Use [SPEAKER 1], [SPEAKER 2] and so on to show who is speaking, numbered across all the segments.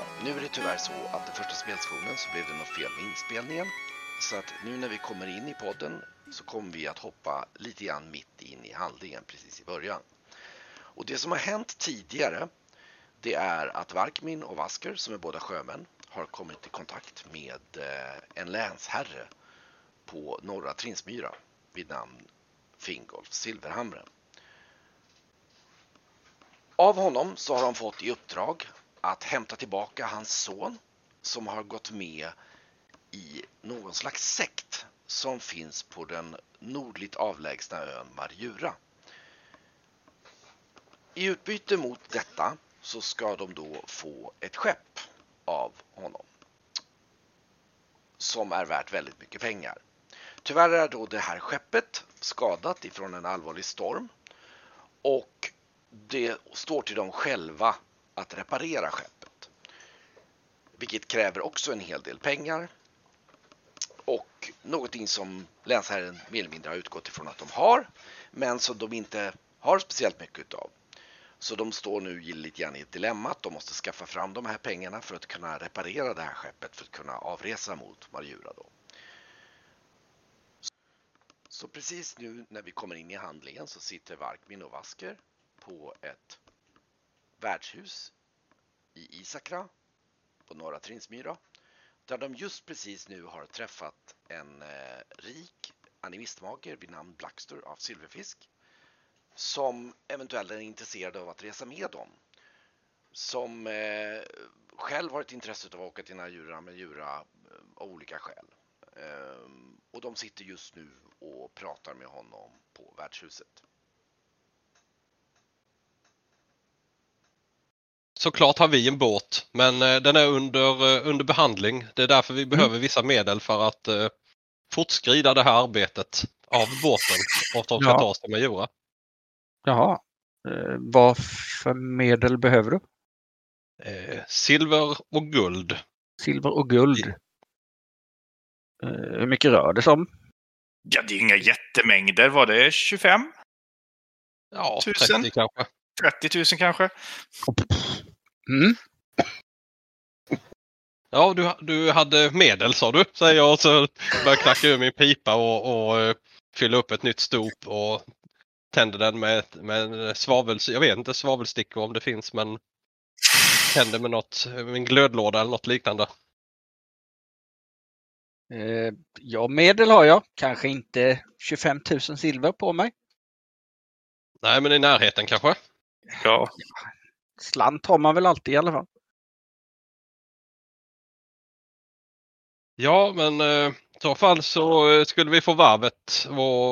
[SPEAKER 1] Ja, nu är det tyvärr så att den första spelsessionen så blev det något fel med inspelningen. Så att nu när vi kommer in i podden så kommer vi att hoppa lite grann mitt in i handlingen precis i början. Och det som har hänt tidigare, det är att Varkmin och Vasker, som är båda sjömän, har kommit i kontakt med en länsherre på norra Trinsmyra vid namn Fingolf Silverhamre. Av honom så har de fått i uppdrag att hämta tillbaka hans son som har gått med i någon slags sekt som finns på den nordligt avlägsna ön Marjura. I utbyte mot detta så ska de då få ett skepp av honom som är värt väldigt mycket pengar. Tyvärr är då det här skeppet skadat ifrån en allvarlig storm och det står till dem själva att reparera skeppet. Vilket kräver också en hel del pengar och någonting som länsherren mer eller mindre har utgått ifrån att de har, men som de inte har speciellt mycket av. Så de står nu lite grann i ett dilemma att de måste skaffa fram de här pengarna för att kunna reparera det här skeppet för att kunna avresa mot Marjura då. Så precis nu när vi kommer in i handlingen så sitter Varkmin och Vasker på ett värdshus i Isakra på norra Trinsmyra, där de just precis nu har träffat en rik animistmaker vid namn Blackstor av Silverfisk som eventuellt är intresserad av att resa med dem. Som själv har ett intresse av att åka till Marjura av olika skäl. Och de sitter just nu och pratar med honom på värdshuset.
[SPEAKER 2] Såklart har vi en båt, men den är under behandling. Det är därför vi behöver vissa medel för att fortskrida det här arbetet av båten och de ska ta oss till Marjura.
[SPEAKER 3] Jaha. Vad för medel behöver du?
[SPEAKER 2] Silver och guld.
[SPEAKER 3] Silver och guld. Hur mycket rör det som?
[SPEAKER 4] Ja, det är inga jättemängder. Var det 25?
[SPEAKER 2] Ja,
[SPEAKER 4] 1000?
[SPEAKER 2] 30 kanske.
[SPEAKER 4] 30 000 kanske.
[SPEAKER 3] Mm.
[SPEAKER 2] Ja, du hade medel sa du, säger jag och så börjar knacka ur min pipa och fylla upp ett nytt stop och tänder den med en jag vet inte svavelstickor om det finns, men tänder med en glödlåda eller något liknande.
[SPEAKER 3] Ja, medel har jag. Kanske inte 25 000 silver på mig.
[SPEAKER 2] Nej, men i närheten kanske.
[SPEAKER 4] Ja.
[SPEAKER 3] Slant har man väl alltid i alla fall.
[SPEAKER 2] Ja, men i så fall så skulle vi få varvet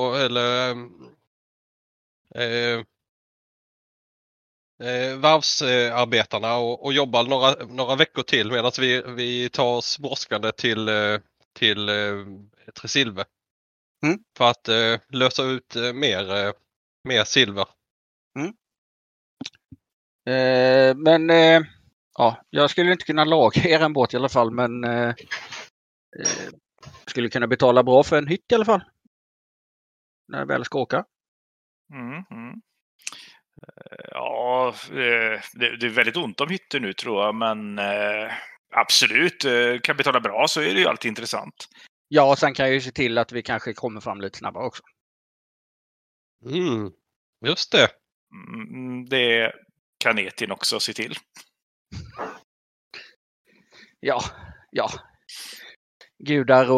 [SPEAKER 2] varvsarbetarna och jobba några veckor till medan vi tar oss brådskande till Tresilver. För att lösa ut mer silver.
[SPEAKER 3] Men jag skulle inte kunna laga er båt i alla fall, men skulle kunna betala bra för en hytt i alla fall. När jag väl ska åka.
[SPEAKER 4] Ja, det är väldigt ont om hytter nu tror jag, men absolut, kan betala bra så är det ju alltid intressant.
[SPEAKER 3] Ja, sen kan jag ju se till att vi kanske kommer fram lite snabbare också.
[SPEAKER 2] Just det.
[SPEAKER 4] Det kan Etin också se till.
[SPEAKER 3] Ja. Gudar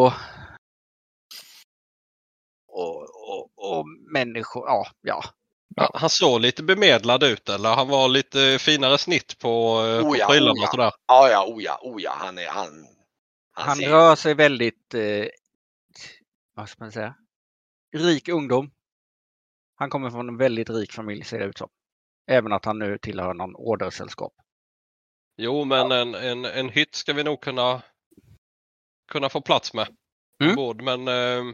[SPEAKER 3] och människor, ja.
[SPEAKER 2] Han såg lite bemedlad ut, eller? Han var lite finare snitt på prylarna och sådär.
[SPEAKER 1] Ja. Han
[SPEAKER 3] rör sig väldigt, vad ska man säga? Rik ungdom. Han kommer från en väldigt rik familj, ser det ut som. Även att han nu tillhör någon ordersällskap.
[SPEAKER 2] Jo, men en hytt ska vi nog kunna få plats med. Ombord, men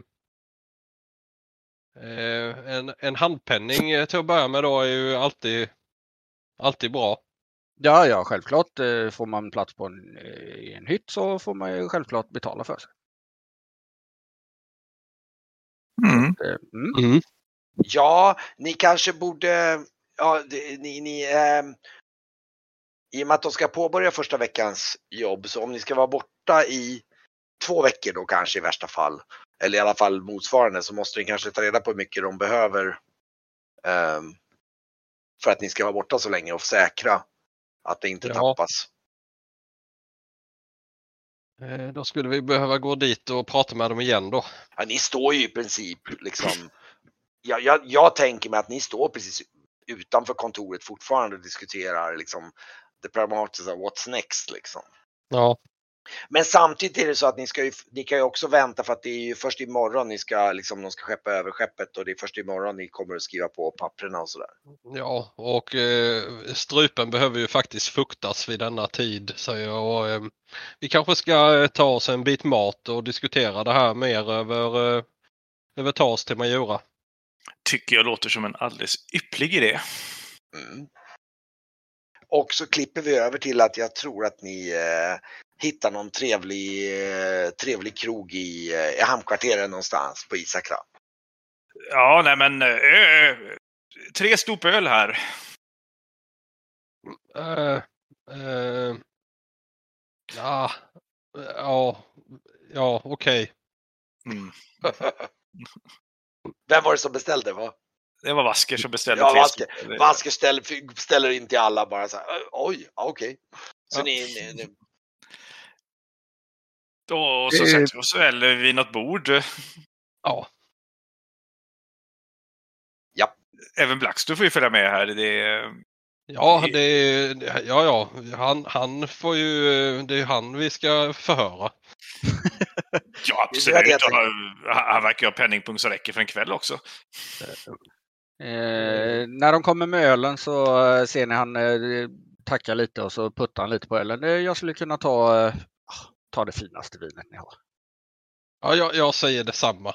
[SPEAKER 2] en handpenning till att börja med då är ju alltid bra.
[SPEAKER 3] Ja, självklart. Får man plats på en hytt så får man ju självklart betala för sig.
[SPEAKER 1] Ja, ni kanske borde... Ja, i och med att de ska påbörja första veckans jobb, så om ni ska vara borta i 2 veckor då kanske i värsta fall, eller i alla fall motsvarande, så måste ni kanske ta reda på hur mycket de behöver för att ni ska vara borta så länge och säkra att det inte tappas.
[SPEAKER 2] Då skulle vi behöva gå dit och prata med dem igen då.
[SPEAKER 1] Ja, ni står ju i princip liksom, jag tänker mig att ni står precis utanför kontoret fortfarande och diskuterar liksom det pragmatiska, what's next liksom.
[SPEAKER 2] Ja.
[SPEAKER 1] Men samtidigt är det så att ni kan ju också vänta, för att det är ju först imorgon de ska skeppa över skeppet, och det är först imorgon ni kommer att skriva på papperna och sådär.
[SPEAKER 2] Ja, och strupen behöver ju faktiskt fuktas vid denna tid, säger jag. Och, vi kanske ska ta oss en bit mat och diskutera det här mer över tas till Majura.
[SPEAKER 4] Tycker jag låter som en alldeles ypplig idé.
[SPEAKER 1] Mm. Och så klipper vi över till att jag tror att ni hittar någon trevlig krog i hamnkvarteren någonstans på Isakra.
[SPEAKER 4] Ja, nej men 3 stop öl här.
[SPEAKER 2] Ja, okej.
[SPEAKER 4] Mm.
[SPEAKER 1] Vem var det som beställde, va?
[SPEAKER 4] Det var Vasker som beställde.
[SPEAKER 1] Ja,
[SPEAKER 4] 3
[SPEAKER 1] Vasker ställer in till alla bara så här. Oj, okej. Så ni...
[SPEAKER 4] Då så sätter vi oss väl vid något bord.
[SPEAKER 2] Ja.
[SPEAKER 1] Ja.
[SPEAKER 4] Även Blackstone får ju följa med här.
[SPEAKER 2] Han får ju, det är han vi ska förhöra.
[SPEAKER 4] Ja, absolut. Han verkar ha penningpunkt som räcker för en kväll också.
[SPEAKER 3] När de kommer med ölen så ser ni han tackar lite och så puttar han lite på ölen. Jag skulle kunna ta det finaste vinet ni har.
[SPEAKER 2] Ja, jag säger detsamma.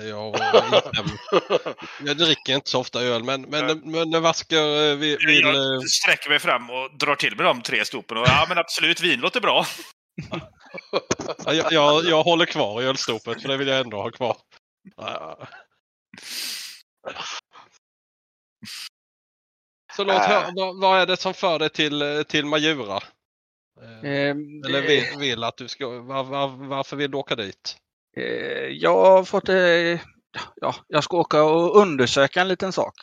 [SPEAKER 2] Jag dricker inte så ofta öl, men när Vasker vill...
[SPEAKER 4] Jag sträcker mig fram och drar till med de 3 stopen. Och, ja, men absolut, vin låter bra.
[SPEAKER 2] Jag håller kvar i ölstopet, för det vill jag ändå ha kvar. Så låt höra, vad är det som för dig till Majura? Eller vill att du ska... Varför vill du åka dit?
[SPEAKER 3] Jag har fått... jag ska åka och undersöka en liten sak.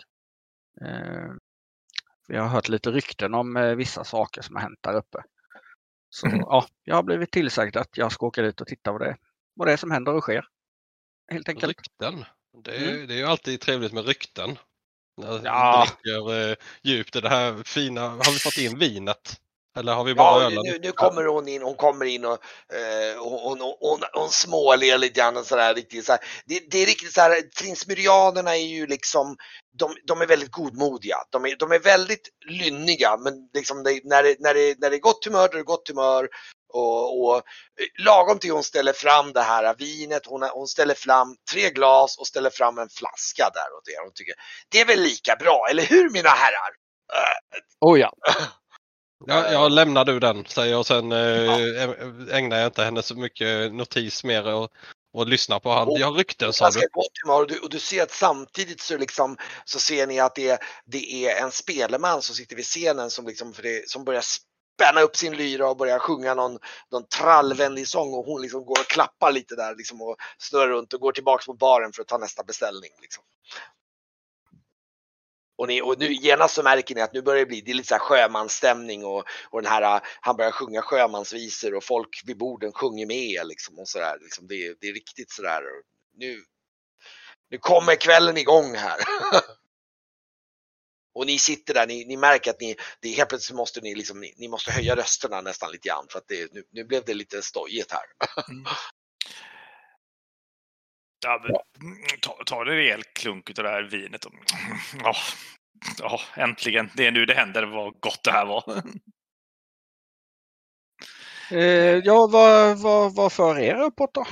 [SPEAKER 3] Vi har hört lite rykten om vissa saker som har hänt där uppe. Så ja, jag har blivit tillsagd att jag ska åka dit och titta vad det är som händer och sker. Helt enkelt.
[SPEAKER 2] Rykten? Det är ju alltid trevligt med rykten.
[SPEAKER 3] Ja.
[SPEAKER 2] Dricker djupt i det här fina. Har vi fått in vinet? Eller har vi bara ölen?
[SPEAKER 1] Nu kommer hon in. Hon kommer in och hon småler lite grann och sådär. Riktigt så här. Det är riktigt så här. Trinsmyrianerna är ju liksom, de är väldigt godmodiga. De är väldigt lynniga, men liksom när det är gott humör, då är det gott humör. Och lagom till hon ställer fram det här vinet, hon ställer fram 3 glas och ställer fram en flaska där åt er. Hon tycker, det är väl lika bra, eller hur mina herrar?
[SPEAKER 3] Oh ja.
[SPEAKER 2] Jag lämnar du den, säger jag, och sen ägnar jag inte henne så mycket notis mer och lyssnar på han. Jag har rykten, sa du.
[SPEAKER 1] Och du ser att samtidigt så ser ni att det är en spelman som sitter vid scenen som börjar spänna upp sin lyra och börjar sjunga någon trallvänlig sång, och hon liksom går och klappar lite där liksom, och snurrar runt och går tillbaks mot baren för att ta nästa beställning liksom. Och nu genast så märker ni att nu börjar det är lite så här sjömansstämning, och den här, han börjar sjunga sjömansvisor och folk vid borden sjunger med liksom, och sådär liksom, det är riktigt sådär. Nu kommer kvällen igång här. Och ni sitter där, ni märker att det helt plötsligt måste ni måste höja rösterna nästan lite grann, för att nu blev det lite stojigt här.
[SPEAKER 4] Ja, ta det rejäl klunk av det här vinet. Ja, äntligen. Det är nu det händer. Vad gott det här var.
[SPEAKER 3] Vad för er uppåt då?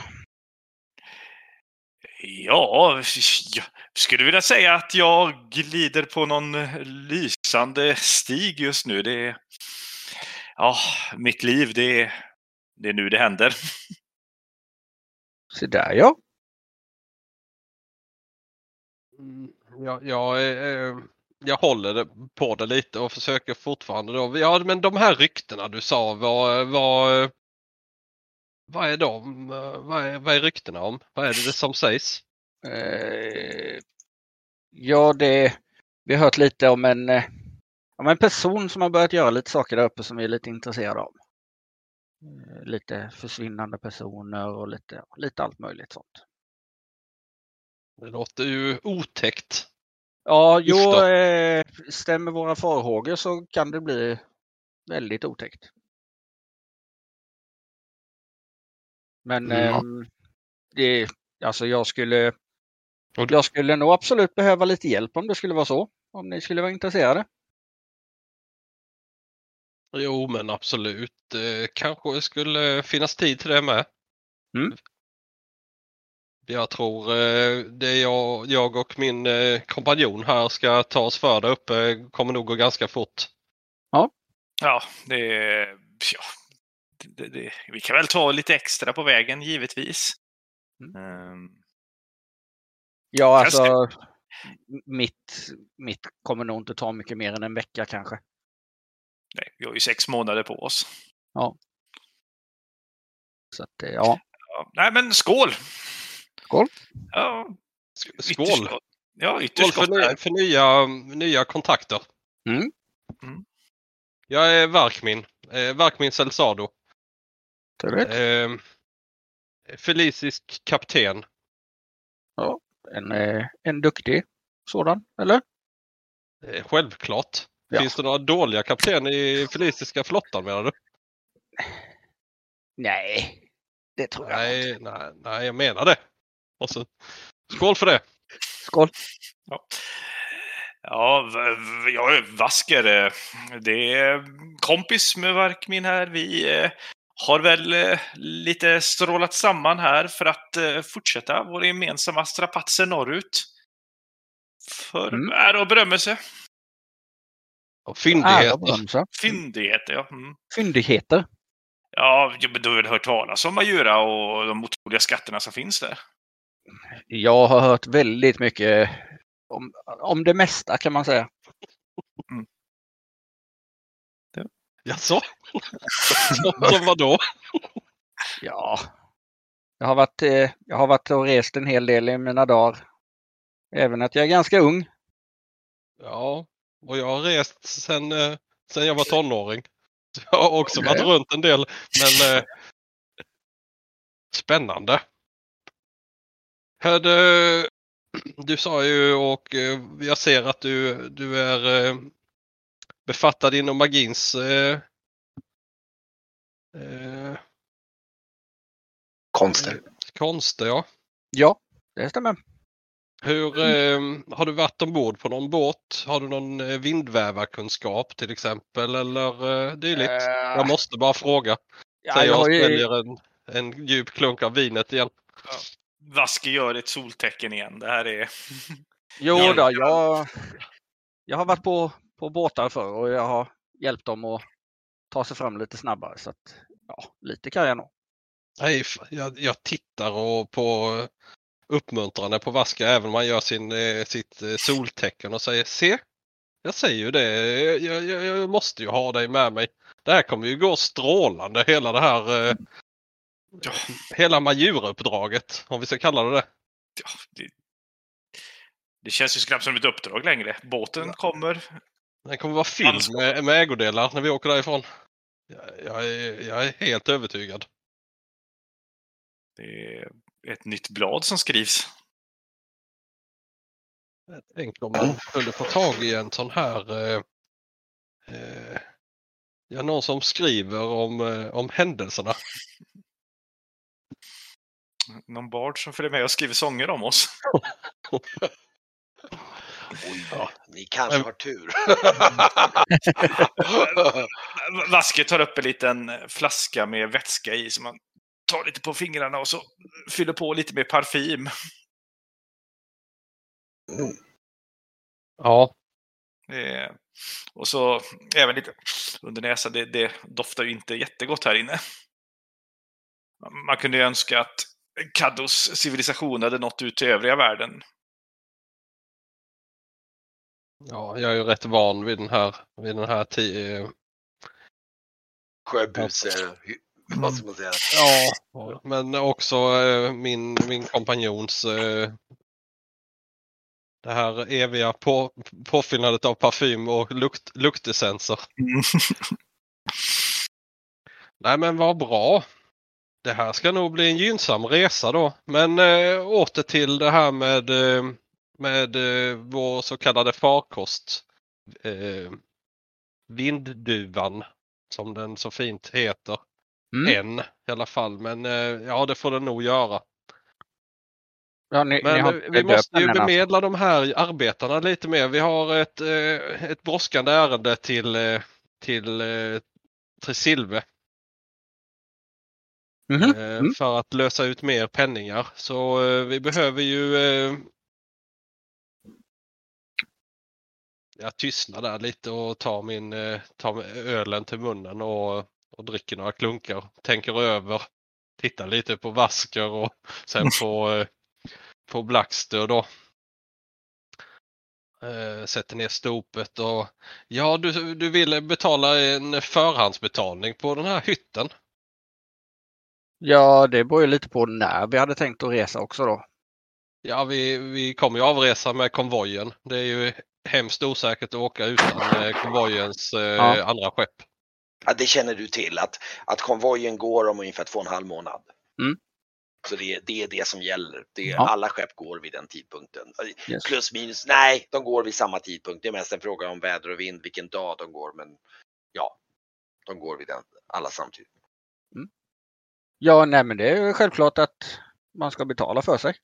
[SPEAKER 4] Ja, jag skulle vilja säga att jag glider på någon lysande stig just nu. Mitt liv, det är nu det händer.
[SPEAKER 3] Så där ja.
[SPEAKER 2] jag håller på det lite och försöker fortfarande då. Ja, men de här ryktena du sa, vad är de? Vad är ryktena om? Vad är det som sägs?
[SPEAKER 3] Ja, vi har hört lite om en person som har börjat göra lite saker där uppe som vi är lite intresserade av. Lite försvinnande personer och lite allt möjligt sånt.
[SPEAKER 2] Det låter ju otäckt.
[SPEAKER 3] Ja,
[SPEAKER 2] Usch då.
[SPEAKER 3] stämmer våra farhågor så kan det bli väldigt otäckt. Men alltså jag skulle nog absolut behöva lite hjälp om det skulle vara så. Om ni skulle vara intresserade.
[SPEAKER 2] Jo, men absolut. Kanske skulle finnas tid till det med.
[SPEAKER 3] Mm.
[SPEAKER 2] Jag tror det jag och min kompanjon här ska ta oss för där uppe kommer nog gå ganska fort.
[SPEAKER 4] Ja, vi kan väl ta lite extra på vägen, givetvis.
[SPEAKER 3] Ja, alltså mitt kommer nog inte ta mycket mer än en vecka kanske.
[SPEAKER 4] Nej, vi har ju 6 månader på oss.
[SPEAKER 3] Ja. Så att, ja.
[SPEAKER 4] Nej, men skål!
[SPEAKER 3] Skål!
[SPEAKER 4] Ja,
[SPEAKER 2] Skål!
[SPEAKER 4] Ja, ytterst
[SPEAKER 2] Skål för nya kontakter.
[SPEAKER 3] Mm.
[SPEAKER 2] Jag är Varkmin Selsado. Felicisk kapten.
[SPEAKER 3] Ja, en duktig sådan, eller?
[SPEAKER 2] Självklart.
[SPEAKER 3] Ja.
[SPEAKER 2] Finns det några dåliga kaptener i feliciska flottan, menar du?
[SPEAKER 3] Nej, det tror jag inte.
[SPEAKER 2] Nej, jag menar det. Och så, skål för det!
[SPEAKER 3] Skål!
[SPEAKER 4] Ja, jag är Vasker. Det är kompis med Varkmin här. Vi har väl lite strålat samman här för att fortsätta våra gemensamma strapatser norrut. För ära och berömmelse.
[SPEAKER 2] Och fyndigheter.
[SPEAKER 4] Fyndigheter, ja.
[SPEAKER 3] Fyndigheter?
[SPEAKER 4] Ja, men du har väl hört talas om Majura och de otroliga skatterna som finns där?
[SPEAKER 3] Jag har hört väldigt mycket om det mesta, kan man säga.
[SPEAKER 2] Jaså? Som vadå?
[SPEAKER 3] Ja. Jag har varit och rest en hel del i mina dagar. Även att jag är ganska ung.
[SPEAKER 2] Ja, och jag har rest sen jag var tonåring. Så jag har också varit runt en del, men spännande. Du sa ju, och jag ser att du är befattad inom magins konster, ja.
[SPEAKER 3] Ja, det stämmer.
[SPEAKER 2] Hur har du varit ombord på någon båt? Har du någon vindvävarkunskap till exempel, eller dylikt? Jag måste bara fråga.
[SPEAKER 3] Ja,
[SPEAKER 2] jag sväljer en djup klunk av vinet igen.
[SPEAKER 4] Ja. Vaske gör ett soltecken igen. Det här är...
[SPEAKER 3] Jo då, jag har varit på båtar förr och jag har hjälpt dem att ta sig fram lite snabbare. Så att, ja, lite kan jag nog.
[SPEAKER 2] Nej, jag tittar på uppmuntrande på Vaska även om man gör sitt soltecken och säger se, jag säger ju det, jag måste ju ha dig med mig. Det här kommer ju gå strålande, hela det här hela Majura-uppdraget, om vi ska kalla det.
[SPEAKER 4] Ja, det känns ju knappt som ett uppdrag längre. Båten kommer.
[SPEAKER 2] Den kommer vara fylld med ägodelar när vi åker därifrån. Jag är helt övertygad.
[SPEAKER 4] Det är ett nytt blad som skrivs.
[SPEAKER 2] Tänk om man skulle få tag i en sån här någon som skriver om händelserna.
[SPEAKER 4] Någon bard som följer med och skriver sånger om oss.
[SPEAKER 1] Oj då, ni kanske har tur.
[SPEAKER 4] Vaske tar upp en liten flaska med vätska i som man tar lite på fingrarna och så fyller på lite med parfym.
[SPEAKER 2] Ja.
[SPEAKER 4] Och så även lite under näsan. Det doftar ju inte jättegott här inne. Man kunde ju önska att Kaddos civilisation hade nått ut till övriga världen.
[SPEAKER 2] Ja, jag är ju rätt van vid den här
[SPEAKER 1] Sjöbuser, vad ska man säga?
[SPEAKER 2] Ja, men också min kompanjons det här eviga påfyllnadet av parfym och luktessenser. Nej, men vad bra. Det här ska nog bli en gynnsam resa då. Men åter till det här med vår så kallade farkost. Vindduvan, som den så fint heter. En i alla fall, men ja, det får den nog göra.
[SPEAKER 3] Ja, ni
[SPEAKER 2] Men
[SPEAKER 3] har
[SPEAKER 2] vi måste ju
[SPEAKER 3] döpt den
[SPEAKER 2] bemedla de här arbetarna lite mer. Vi har ett brådskande ärende till Tresilve. För att lösa ut mer penningar. Så vi behöver ju tystna där lite och ta ölen till munnen och dricker några klunkar. Tänker över. Tittar lite på Vasker och sen på Blackster då. Sätter ner stopet och ja, du ville betala en förhandsbetalning på den här hytten.
[SPEAKER 3] Ja, det beror ju lite på när vi hade tänkt att resa också då.
[SPEAKER 2] Ja, vi kommer ju avresa med konvojen. Det är ju hemskt osäkert att åka utan konvojens andra skepp.
[SPEAKER 1] Ja, det känner du till att konvojen går om ungefär 2,5 månad. Så det är det som gäller. Alla skepp går vid den tidpunkten.
[SPEAKER 3] Yes.
[SPEAKER 1] Plus minus, nej, de går vid samma tidpunkt. Det är mest en fråga om väder och vind, vilken dag de går. Men ja, de går vid den alla samtidigt.
[SPEAKER 3] Ja, nej, men det är ju självklart att man ska betala för sig.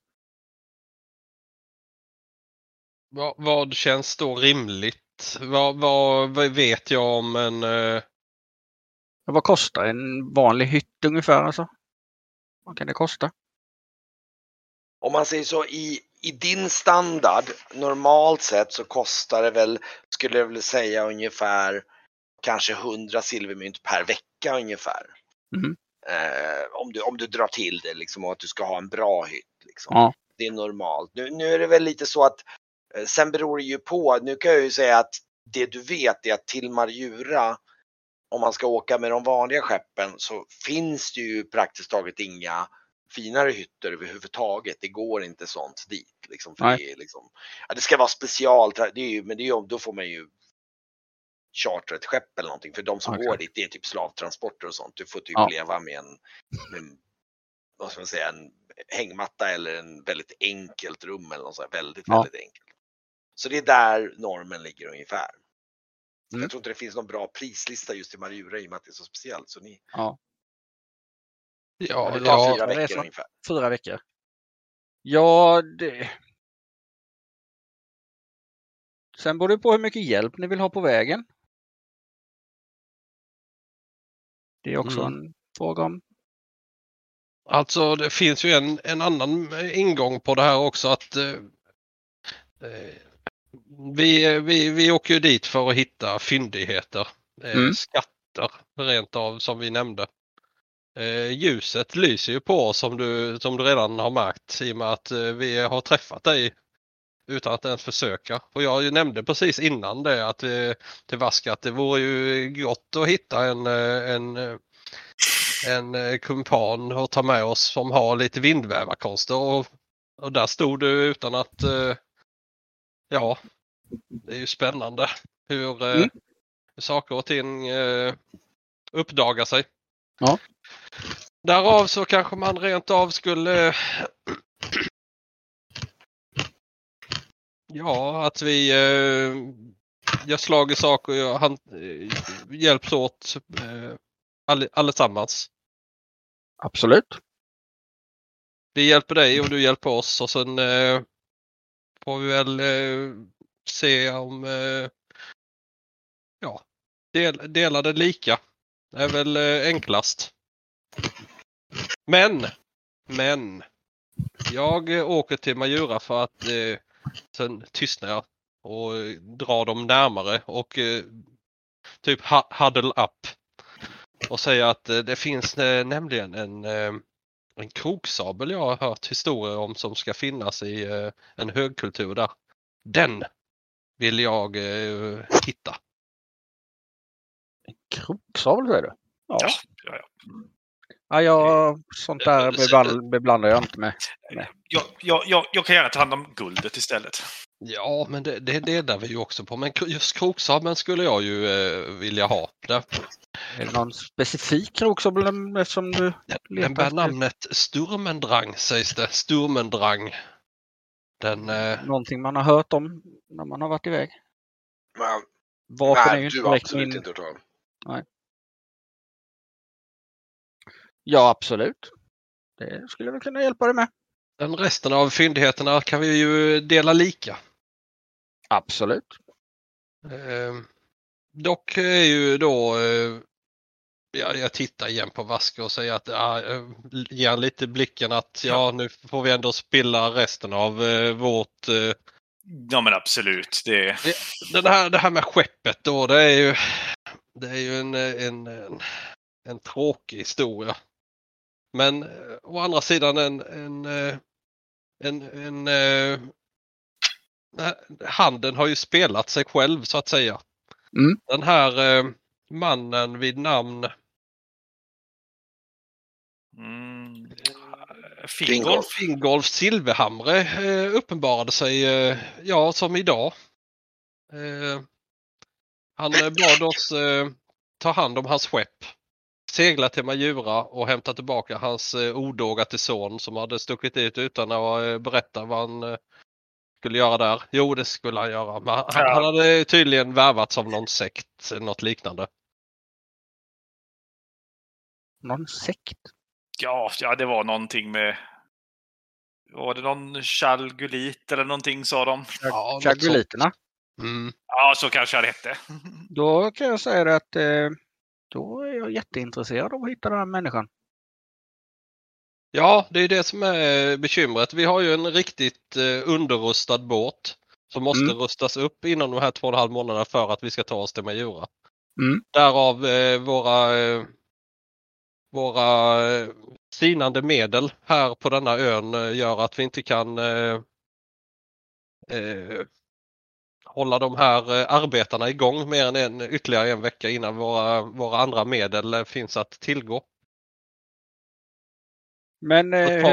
[SPEAKER 2] Vad känns då rimligt? Vad vet jag om en...
[SPEAKER 3] Vad kostar en vanlig hytt ungefär alltså? Vad kan det kosta?
[SPEAKER 1] Om man säger så, i din standard, normalt sett så kostar det väl, skulle jag vilja säga, ungefär kanske 100 silvermynt per vecka ungefär. Om du drar till det liksom, och att du ska ha en bra hytt. Liksom.
[SPEAKER 3] Ja.
[SPEAKER 1] Det är normalt. Nu är det väl lite så att, sen beror det ju på, nu kan jag ju säga att det du vet är att till Marjura, om man ska åka med de vanliga skeppen, så finns det ju praktiskt taget inga finare hytter överhuvudtaget. Det går inte sånt dit. Liksom, för det, är liksom, det ska vara specialt, då får man ju chartra ett skepp eller någonting. För de som går dit, det är typ slavtransporter och sånt. Du får typ leva med vad ska man säga, en hängmatta eller en väldigt enkelt rum eller något sånt. Väldigt enkelt. Så det är där normen ligger ungefär. Jag tror inte det finns någon bra prislista just i Marjura i och med att det är så speciellt. Så ni...
[SPEAKER 2] Ja,
[SPEAKER 1] det tar 4 veckor ungefär.
[SPEAKER 3] 4 veckor. Ja, det... Sen beror det på hur mycket hjälp ni vill ha på vägen. Det är också en fråga om.
[SPEAKER 2] Alltså det finns ju en annan ingång på det här också, att vi åker ju dit för att hitta fyndigheter, skatter rent av, som vi nämnde. Ljuset lyser ju på oss som du redan har märkt, i och med att vi har träffat dig utan att ens försöka. Och jag nämnde precis innan det att till Vaska att det vore ju gott att hitta en kumpan och ta med oss som har lite vindvävarkonster, och där stod du utan att det är ju spännande hur saker och ting uppdagar sig.
[SPEAKER 3] Ja.
[SPEAKER 2] Därav så kanske man rent av skulle att vi gör slag i sak och hjälps åt allesammans.
[SPEAKER 3] Absolut.
[SPEAKER 2] Vi hjälper dig och du hjälper oss, och sen får vi väl se om dela det lika. Det är väl enklast. Men jag åker till Marjura för att sen tystnar jag och drar dem närmare och typ huddle up och säger att det finns nämligen en kroksabel jag har hört historier om som ska finnas i en högkultur där. vill jag hitta.
[SPEAKER 3] Kroksavel säger du?
[SPEAKER 4] Ja.
[SPEAKER 3] Sånt där beblandar jag inte med.
[SPEAKER 4] Jag kan gärna ta hand om guldet istället.
[SPEAKER 2] Ja, men det delar vi ju också på. Men just kroksabeln skulle jag ju vilja ha.
[SPEAKER 3] Är det någon specifik kroksabel eftersom du letar?
[SPEAKER 2] Den bär namnet Sturmendrang sägs det. Sturmendrang.
[SPEAKER 3] Någonting man har hört om när man har varit iväg?
[SPEAKER 1] Men,
[SPEAKER 3] Vapen är ju
[SPEAKER 1] nej,
[SPEAKER 3] inte
[SPEAKER 1] du
[SPEAKER 3] direkt
[SPEAKER 1] absolut
[SPEAKER 3] min...
[SPEAKER 1] inte hört om.
[SPEAKER 3] Nej. Ja, absolut. Det skulle vi kunna hjälpa dig med.
[SPEAKER 2] Den resten av fyndigheterna kan vi ju dela lika.
[SPEAKER 3] Absolut.
[SPEAKER 2] Dock är ju då... jag tittar igen på Vasker och säger att ger lite blicken att nu får vi ändå spilla resten av vårt...
[SPEAKER 4] Ja, men absolut.
[SPEAKER 2] Det här med skeppet då, det är ju en tråkig historia. Men å andra sidan handeln har ju spelat sig själv så att säga.
[SPEAKER 3] Mm.
[SPEAKER 2] Den här mannen vid namn Fingolf Silverhamre uppenbarade sig som idag. Han bad oss ta hand om hans skepp, segla till Majura och hämta tillbaka hans odågade son som hade stuckit ut utan att berätta vad han skulle göra där. Jo, det skulle han göra. Men han hade tydligen värvats av någon sekt, något liknande.
[SPEAKER 3] Någon sekt?
[SPEAKER 4] Ja, det var någonting med... Var det någon Chalgulit eller någonting sa de?
[SPEAKER 3] Ja, Chalguliterna?
[SPEAKER 4] Ja, så kanske det hette.
[SPEAKER 3] Då kan jag säga det att då är jag jätteintresserad av att hitta den här människan.
[SPEAKER 2] Ja, det är det som är bekymret. Vi har ju en riktigt underrustad båt som måste rustas upp inom de här 2,5 månaderna för att vi ska ta oss till Majura. Därav våra sinande medel här på denna ön gör att vi inte kan hålla de här arbetarna igång mer än ytterligare en vecka innan våra andra medel finns att tillgå.
[SPEAKER 3] Men hur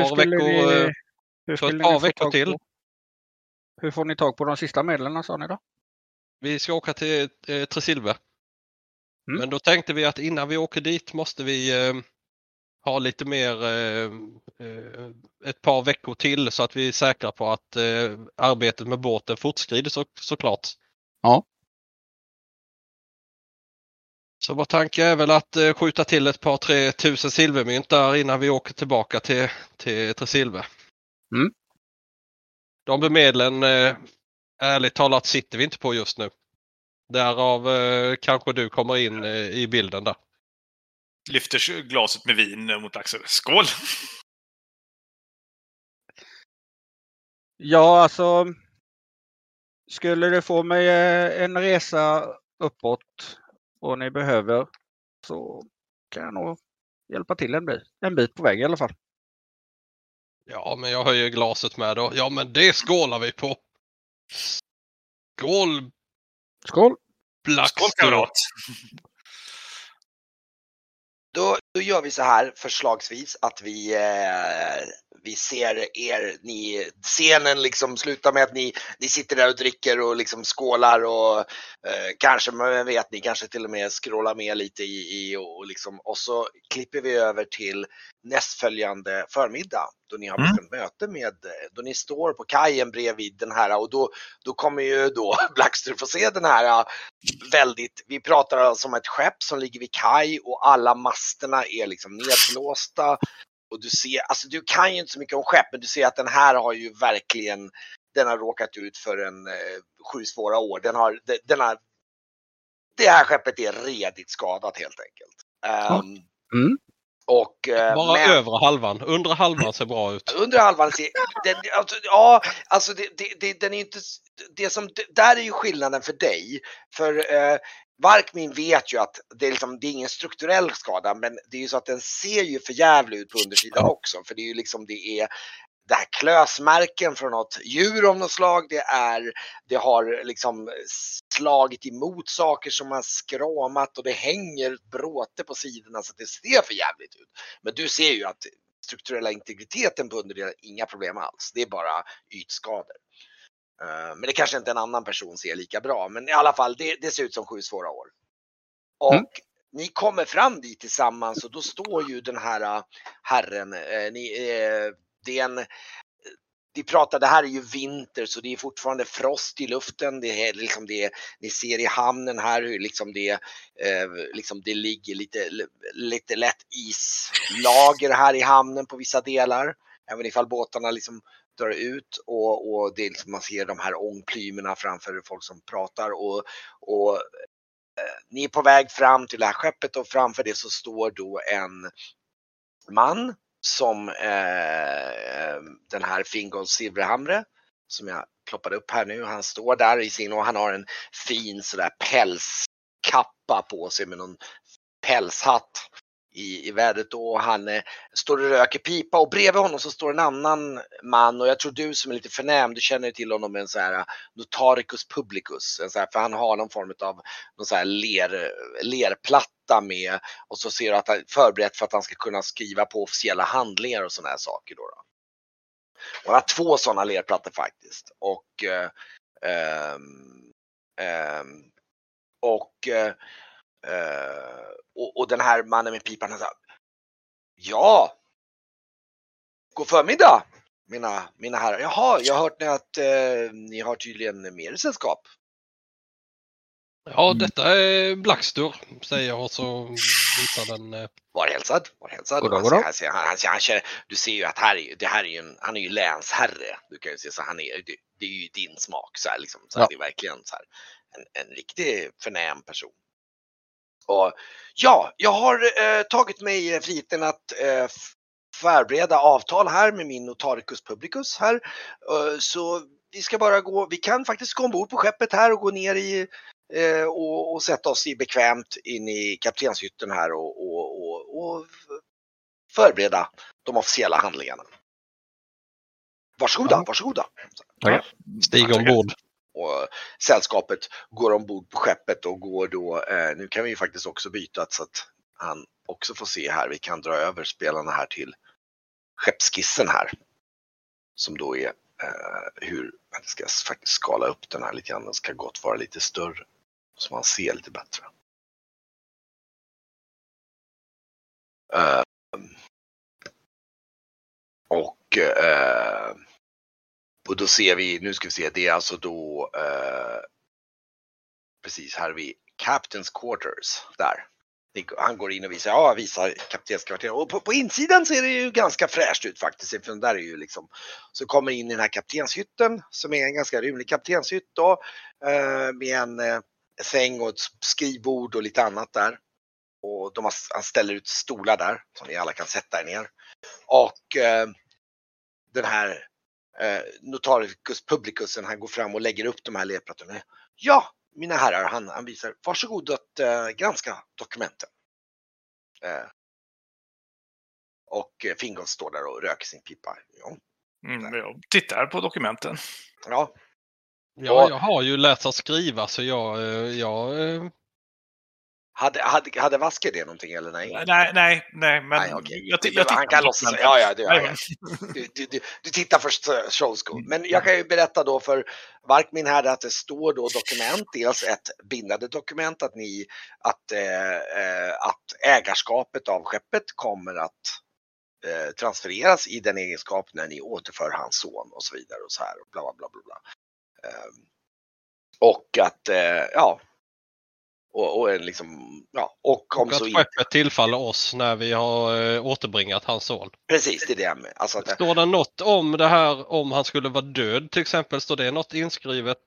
[SPEAKER 3] får ni tag på de sista medlen, sa ni då?
[SPEAKER 2] Vi ska åka till Tresilve. Men då tänkte vi att innan vi åker dit måste vi ha lite mer ett par veckor till så att vi är säkra på att arbetet med båten fortskrider såklart.
[SPEAKER 3] Ja.
[SPEAKER 2] Så vår tanke är väl att skjuta till ett par 3 000 silvermynt där innan vi åker tillbaka till Tresilve. De medlen ärligt talat sitter vi inte på just nu. Därav kanske du kommer in i bilden där.
[SPEAKER 4] Lyfter glaset med vin mot Axel. Skål!
[SPEAKER 3] Ja, alltså. Skulle det få mig en resa uppåt och ni behöver så kan jag nog hjälpa till en bit på väg i alla fall.
[SPEAKER 2] Ja, men jag höjer glaset med då. Ja, men det skålar vi på. Skål!
[SPEAKER 3] Skål!
[SPEAKER 4] Skål, kamrat!
[SPEAKER 1] Då gör vi så här förslagsvis att vi ser er, scenen liksom slutar med att ni sitter där och dricker och liksom skålar och kanske, men vet ni, kanske till och med scrollar med lite och så klipper vi över till nästföljande förmiddag då ni har ett möte då ni står på kajen bredvid den här och då kommer ju då Blackster få se den här vi pratar alltså om ett skepp som ligger vid kaj och alla masterna är liksom nedblåsta. Och du ser, alltså du kan ju inte så mycket om skepp, men du ser att den här har ju verkligen, den har råkat ut för 7 svåra år. Det här skeppet är redigt skadat helt enkelt. Och,
[SPEAKER 2] bara över halvan, under halvan ser bra ut.
[SPEAKER 1] Under halvan ser, den är inte, där är ju skillnaden för dig. För Varkmin vet ju att det är ingen strukturell skada, men det är ju så att den ser ju för jävligt ut på undersidan också, för det är ju liksom
[SPEAKER 5] det här klösmärken från något djur av något slag. Det har liksom slagit emot saker som har skramat och det hänger bråte på sidorna så att det ser för jävligt ut. Men du ser ju att strukturella integriteten på underdelen, inga problem alls. Det är bara ytskador. Men det kanske inte en annan person ser lika bra. Men i alla fall, det ser ut som 7 svåra år. Och ni kommer fram dit tillsammans och då står ju den här herren. Vi pratar, det här är ju vinter så det är fortfarande frost i luften. Det är liksom det ni ser i hamnen här hur liksom det ligger lite lätt islager här i hamnen på vissa delar. Även ifall båtarna liksom drar ut och det är liksom, man ser de här ångplymerna framför folk som pratar och ni är på väg fram till det här skeppet och framför det så står då en man som den här Fingolf Silverhamre som jag ploppade upp här nu. Han står där i sin och han har en fin sådär pälskappa på sig med någon pälshatt i vädret och han står och röker pipa och bredvid honom så står en annan man och jag tror du som är lite förnäm, du känner till honom med en så här Notaricus Publicus, en så här, för han har någon form av någon så här lerplatta med och så ser du att han är förberett för att han ska kunna skriva på officiella handlingar och såna här saker då. Och han har 2 sådana lerplattor faktiskt och den här mannen med pipan han sa: ja, god förmiddag mina herrar. Jaha, jag har hört att ni har tydligen mer sällskap.
[SPEAKER 2] Ja, detta är Blackstur, säger jag och så visar den.
[SPEAKER 5] Var hälsad.
[SPEAKER 3] Goddag.
[SPEAKER 5] Han känner, du ser ju att han är ju länsherre. Du kan ju se så det är ju din smak så här, liksom, så här, det är verkligen så här en riktig förnäm person. Och ja, jag har tagit mig friheten att förbereda avtal här med min Notaricus Publicus här. Så vi ska bara vi kan faktiskt gå ombord på skeppet här och gå ner i och sätta oss bekvämt in i kaptenshytten här och förbereda de officiella handlingarna. Varsågoda.
[SPEAKER 2] Ja. Stig ombord.
[SPEAKER 5] Och sällskapet går ombord på skeppet och går då, nu kan vi ju faktiskt också byta så att han också får se här, vi kan dra över spelarna här till skeppskissen här. Som då är hur, jag ska faktiskt skala upp den här lite grann, den ska gott vara lite större så man ser lite bättre. Och då ser vi, nu ska vi se, det är alltså då precis här vid Captain's Quarters där. Han går in och visar kaptenskvarteret. Och på insidan ser det ju ganska fräscht ut faktiskt. För där är ju liksom, så kommer in i den här kaptenshytten som är en ganska rymlig kaptenshytt då. Med en säng och ett skrivbord och lite annat där. Och han ställer ut stolar där som ni alla kan sätta er ner. Och den här Notaricus Publicusen, han går fram och lägger upp de här lerplattorna. Ja, mina herrar, han visar, varsågod att granska dokumenten. Och Fingolf står där och röker sin pipa. Ja.
[SPEAKER 4] Jag tittar på dokumenten.
[SPEAKER 5] Ja.
[SPEAKER 2] Ja, jag har ju lärt att skriva så jag
[SPEAKER 5] Hade Vasker det någonting eller nej?
[SPEAKER 4] Nej, men
[SPEAKER 5] nej, okay.
[SPEAKER 4] jag
[SPEAKER 5] han kan låtsas. Ja, det gör jag. Du tittar först show school. Men jag kan ju berätta då för Varkmin här att det står då dokument, dels ett bindande dokument att ägarskapet av skeppet kommer att transfereras i den egenskap när ni återför hans son och så vidare och så här och bla bla bla bla. Och att och liksom, ja, och om
[SPEAKER 2] att skeppet tillfaller oss när vi har återbringat hans son.
[SPEAKER 5] Precis, det är det med. Alltså att
[SPEAKER 2] står det något om det här, om han skulle vara död till exempel, står det något inskrivet?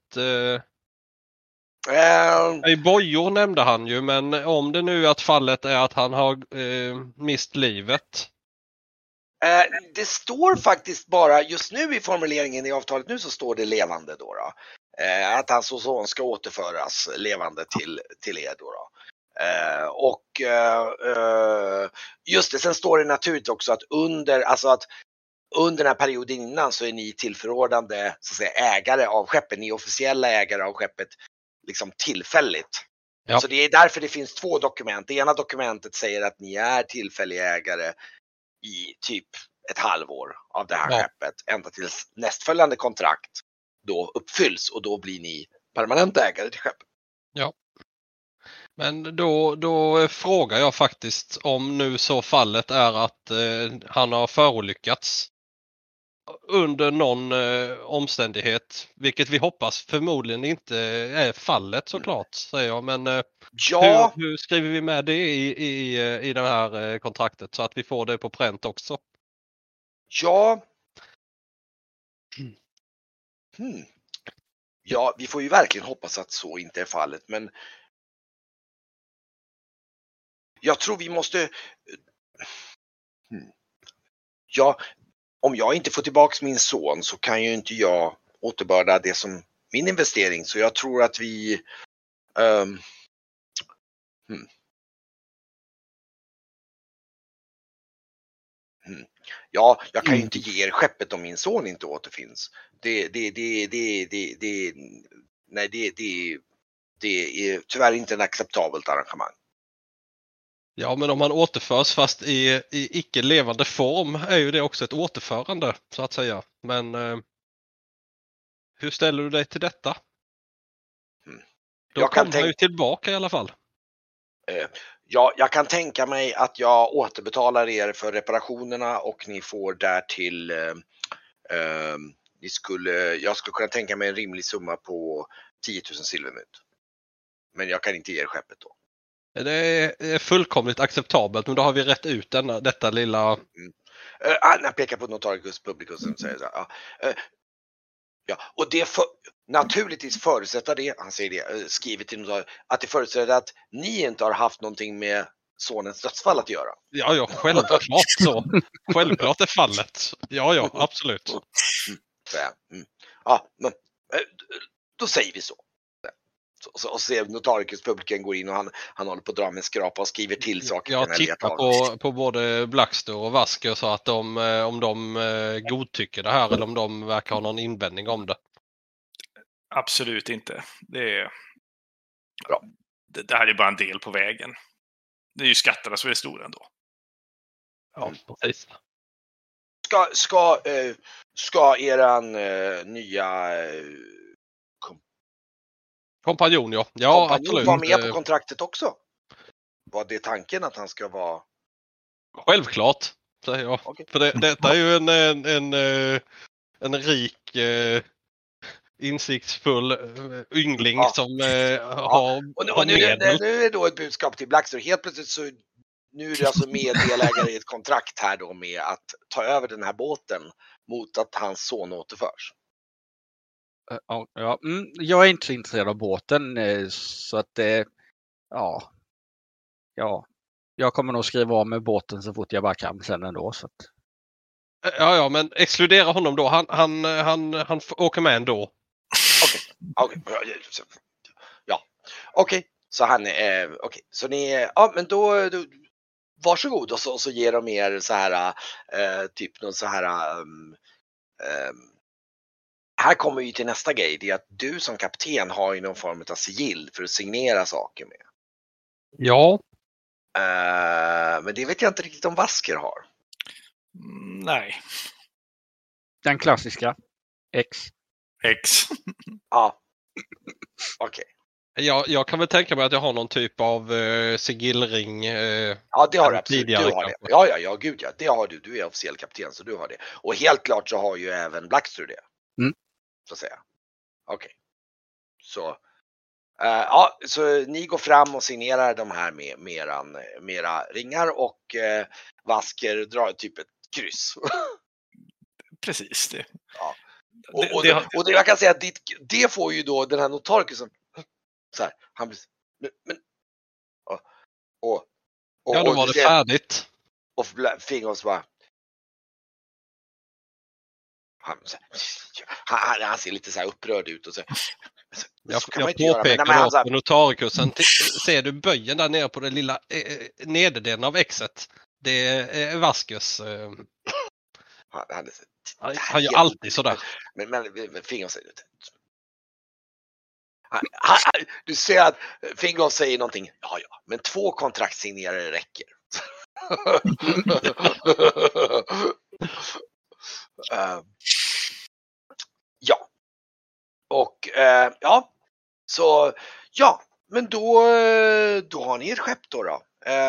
[SPEAKER 2] I bojor nämnde han ju, men om det nu att fallet är att han har mist livet.
[SPEAKER 5] Det står faktiskt bara, just nu i formuleringen i avtalet nu så står det levande då. Att hans son ska återföras levande till er då. Och just det, sen står det naturligt också att under den här perioden innan så är ni tillförordnande så att säga, ägare av skeppet. Ni är officiella ägare av skeppet liksom tillfälligt.
[SPEAKER 2] Ja.
[SPEAKER 5] Så det är därför det finns 2 dokument. Det ena dokumentet säger att ni är tillfälliga ägare i typ ett halvår av det här skeppet. Ända tills nästföljande kontrakt då uppfylls och då blir ni permanenta ägare till skeppet.
[SPEAKER 2] Ja. Men då frågar jag faktiskt om nu så fallet är att han har förolyckats under någon omständighet, vilket vi hoppas förmodligen inte är fallet såklart, säger jag. Men hur skriver vi med det i det här kontraktet så att vi får det på pränt också?
[SPEAKER 5] Ja. Ja, vi får ju verkligen hoppas att så inte är fallet, men jag tror vi måste... Ja, om jag inte får tillbaks min son så kan ju inte jag återbörda det som min investering. Så jag tror att vi... Ja, jag kan ju inte ge er skeppet om min son inte återfinns. Det är tyvärr inte en acceptabelt arrangemang.
[SPEAKER 2] Ja, men om han återförs fast i icke levande form är ju det också ett återförande så att säga. Men hur ställer du dig till detta? Då kommer han ju tillbaka i alla fall.
[SPEAKER 5] Ja, jag kan tänka mig att jag återbetalar er för reparationerna och ni får därtill jag skulle kunna tänka mig en rimlig summa på 10 000 silvermynt. Men jag kan inte ge er skeppet då.
[SPEAKER 2] Det är fullkomligt acceptabelt, men då har vi rätt ut detta lilla...
[SPEAKER 5] Jag pekar på Notaricus Publicus och säger så här. Ja, och det naturligtvis förutsätter det, han säger det, skriver till Notaricus, att det förutsätter att ni inte har haft någonting med sonens dödsfall att göra.
[SPEAKER 2] Ja, självklart så. Självklart är fallet. Ja, absolut.
[SPEAKER 5] Ja, men då säger vi så. Och ser Notaricus Publiken går in och han håller på att dra med en skrapa och skriver till saker.
[SPEAKER 2] Jag tittar på både Blackstore och Vasker så att om de godtycker det här eller om de verkar ha någon invändning om det.
[SPEAKER 4] Absolut inte. Det är
[SPEAKER 5] bra.
[SPEAKER 4] Det här är bara en del på vägen. Det är ju skatterna som är stora ändå.
[SPEAKER 2] Ja, precis.
[SPEAKER 5] Ska eran nya
[SPEAKER 2] kompanjon, ja.
[SPEAKER 5] Kompanjon
[SPEAKER 2] absolut.
[SPEAKER 5] Var med på kontraktet också? Var det tanken att han ska vara...
[SPEAKER 2] Självklart, säger jag. Okay. För detta är ju en rik, insiktsfull yngling som har medel.
[SPEAKER 5] Nu är då ett budskap till Blackstore. Helt plötsligt så nu är det alltså meddelägare i ett kontrakt här då med att ta över den här båten mot att hans son återförs.
[SPEAKER 3] Ja, jag är inte så intresserad av båten så att jag kommer nog skriva av med båten så fort jag bara kan sen ändå. Så att...
[SPEAKER 2] Ja, men exkludera honom då. Han åker med ändå.
[SPEAKER 5] Okej. Så han är okej. Så ni men då varsågod och så ger de er så här typ någon så här här kommer vi till nästa grej. Det är att du som kapten har ju någon form av sigill för att signera saker med.
[SPEAKER 2] Ja.
[SPEAKER 5] Men det vet jag inte riktigt om Vasker har.
[SPEAKER 4] Nej.
[SPEAKER 3] Den klassiska. X.
[SPEAKER 5] Ja. Okej.
[SPEAKER 2] Jag kan väl tänka mig att jag har någon typ av sigillring.
[SPEAKER 5] Ja, det har du absolut. Du har det. Ja, gud ja. Det har du. Du är officiell kapten så du har det. Och helt klart så har ju även Blackstore det. Så att säga. Okej. Så så ni går fram och signerar de här med era ringar och Vasker drar typ ett kryss.
[SPEAKER 4] Precis det.
[SPEAKER 5] Ja. Och det jag kan säga att det får ju då den här Notarikusen så här, han blir men och
[SPEAKER 2] ja, då var det färdigt.
[SPEAKER 5] Och Fingers bara han ser lite så här upprörd ut och så.
[SPEAKER 2] Jag påpekar på Notarikusen. Ser du böjen där nere på den lilla nederdelen av exet? Det är Vaskers Han gör alltid sådär.
[SPEAKER 5] Men Fingolf säger det. Du ser att Fingolf säger någonting. Ja, men 2 kontraktsignerare räcker. Ja. Och så men då har ni ett skepp då.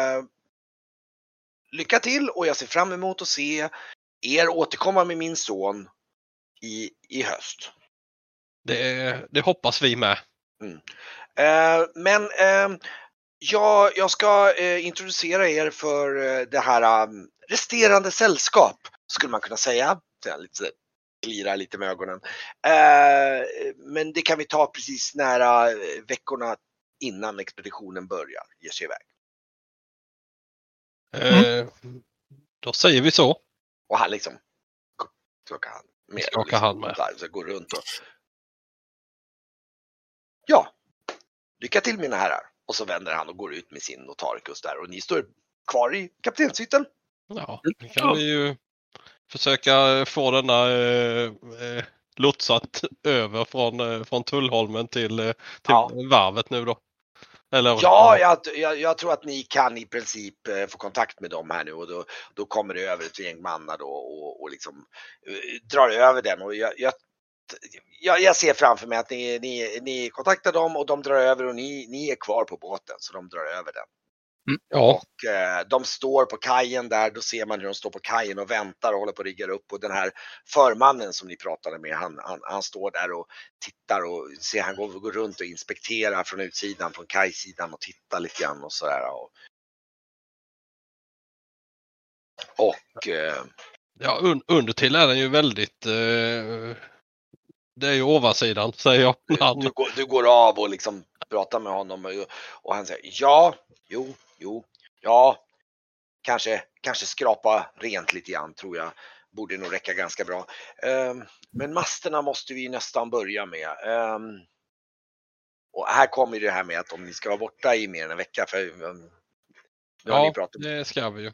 [SPEAKER 5] Lycka till, och jag ser fram emot att se er återkomma med min son i höst.
[SPEAKER 2] Det hoppas vi med.
[SPEAKER 5] Men jag ska introducera er för det här resterande sällskap, skulle man kunna säga. Lite glirar lite med ögonen. Men det kan vi ta precis nära veckorna innan expeditionen börjar ge sig iväg.
[SPEAKER 2] Då säger vi så.
[SPEAKER 5] Och han liksom
[SPEAKER 2] skakar hand med.
[SPEAKER 5] Så går runt och... Ja, lycka till mina herrar. Och så vänder han och går ut med sin Notaricus där. Och ni står kvar i kaptenshytten.
[SPEAKER 2] Ja, det kan vi ju försöka få denna lotsat över från Tullholmen till varvet nu då. Eller,
[SPEAKER 5] jag tror att ni kan i princip få kontakt med dem här nu, och då kommer det över ett gäng mannar då och liksom drar över den, och jag ser framför mig att ni kontaktar dem och de drar över, och ni är kvar på båten, så de drar över den.
[SPEAKER 2] Ja.
[SPEAKER 5] Och de står på kajen där, då ser man hur de står på kajen och väntar och håller på att rigga upp, och den här förmannen som ni pratade med, han står där och tittar och ser, han går runt och inspekterar från utsidan, från kajsidan, och tittar lite grann och sådär.
[SPEAKER 2] Under till är den ju väldigt det är ju ovansidan, säger jag.
[SPEAKER 5] Du går av och liksom pratar med honom, och han säger kanske skrapa rent lite grann, tror jag. Borde nog räcka ganska bra. Men masterna måste vi nästan börja med. Och här kommer det här med att om ni ska vara borta i mer än en vecka.
[SPEAKER 2] Det ska vi ju.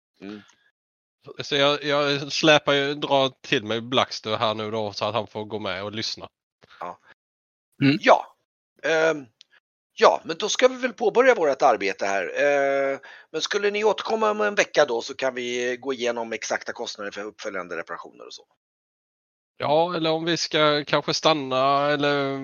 [SPEAKER 2] Så jag drar till mig Blackster här nu då, så att han får gå med och lyssna.
[SPEAKER 5] Ja, men då ska vi väl påbörja vårt arbete här. Men skulle ni återkomma om en vecka då, så kan vi gå igenom exakta kostnader för uppföljande reparationer och så.
[SPEAKER 2] Ja, eller om vi ska kanske stanna, eller...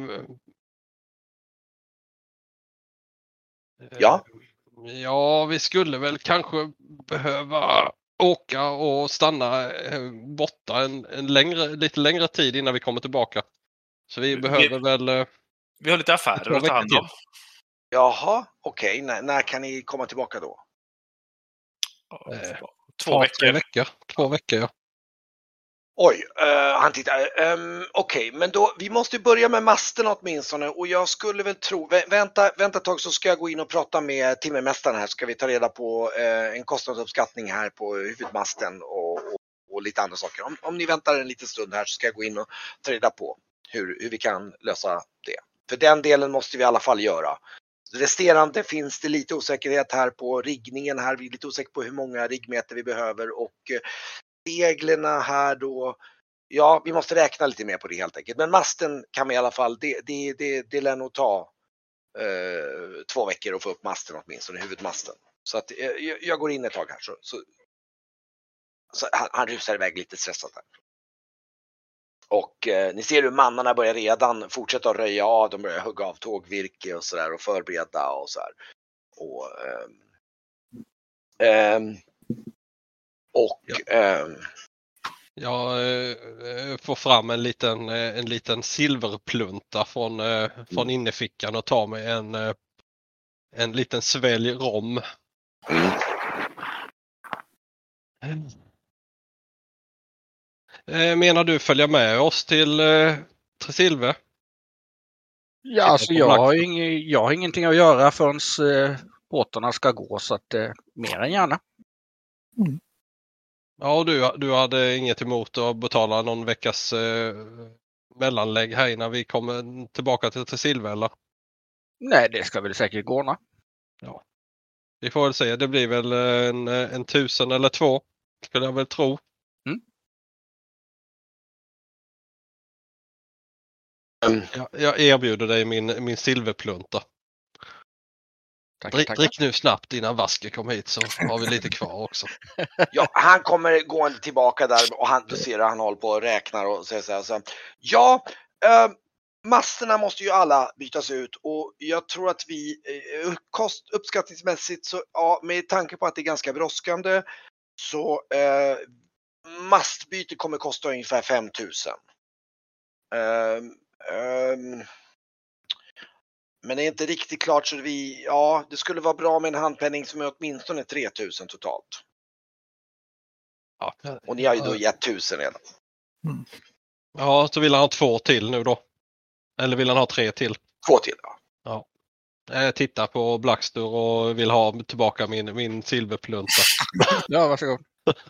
[SPEAKER 2] Ja, vi skulle väl kanske behöva åka och stanna borta lite längre tid innan vi kommer tillbaka. Så vi behöver väl...
[SPEAKER 4] Vi har lite affärer att ta hand om.
[SPEAKER 5] Jaha, okej. När kan ni komma tillbaka då?
[SPEAKER 4] 2 veckor.
[SPEAKER 2] 2 veckor, ja.
[SPEAKER 5] Oj, han tittar. Okej, men då, vi måste börja med masten åtminstone, och jag skulle väl tro, vänta ett tag, så ska jag gå in och prata med timmermästaren här, ska vi ta reda på en kostnadsuppskattning här på huvudmasten och lite andra saker. Om ni väntar en liten stund här, så ska jag gå in och ta reda på hur vi kan lösa det. För den delen måste vi i alla fall göra. Resterande finns det lite osäkerhet här på riggningen här. Vi är lite osäkra på hur många riggmeter vi behöver, och reglerna här då. Ja, vi måste räkna lite mer på det helt enkelt. Men masten kan vi i alla fall, det lär nog ta 2 veckor att få upp masten åtminstone, huvudmasten. Så att jag går in ett tag här. Så han rusar iväg lite stressat här. Och ni ser hur mannarna börjar redan fortsätta att röja av. De börjar hugga av tågvirke och sådär, och förbereda och så här.
[SPEAKER 2] Jag får fram en liten silverplunta från innefickan och tar mig en liten svälj rom. Menar du följa med oss till Tresilve?
[SPEAKER 3] Ja, alltså jag har ingenting att göra förrän båtarna ska gå, så att mer än gärna.
[SPEAKER 2] Ja, och du hade inget emot att betala någon veckas mellanlägg här innan vi kommer tillbaka till Tresilve, eller?
[SPEAKER 3] Nej, det ska väl säkert gå ordna.
[SPEAKER 2] Ja. Vi får väl se, det blir väl en 1000 eller 2, skulle jag väl tro. Jag erbjuder dig min silverplunta. Drick nu snabbt innan Vasker kom hit, så har vi lite kvar också.
[SPEAKER 5] Ja, han kommer gående tillbaka där och du ser att han håller på och räknar och säger så här. Ja, masterna måste ju alla bytas ut och jag tror att vi uppskattningsmässigt så ja, med tanke på att det är ganska brådskande så mastbyte kommer kosta ungefär 5 000. Men det är inte riktigt klart så det skulle vara bra med en handpenning som är åtminstone 3 000 totalt.
[SPEAKER 2] Ja.
[SPEAKER 5] Och ni har ju då gett 1000 redan.
[SPEAKER 2] Ja, så vill han ha 2 till nu då. Eller vill han ha 3 till?
[SPEAKER 5] 2 till,
[SPEAKER 2] ja. Jag tittar på Blackstor och vill ha tillbaka min silverplunta.
[SPEAKER 3] Ja, varsågod.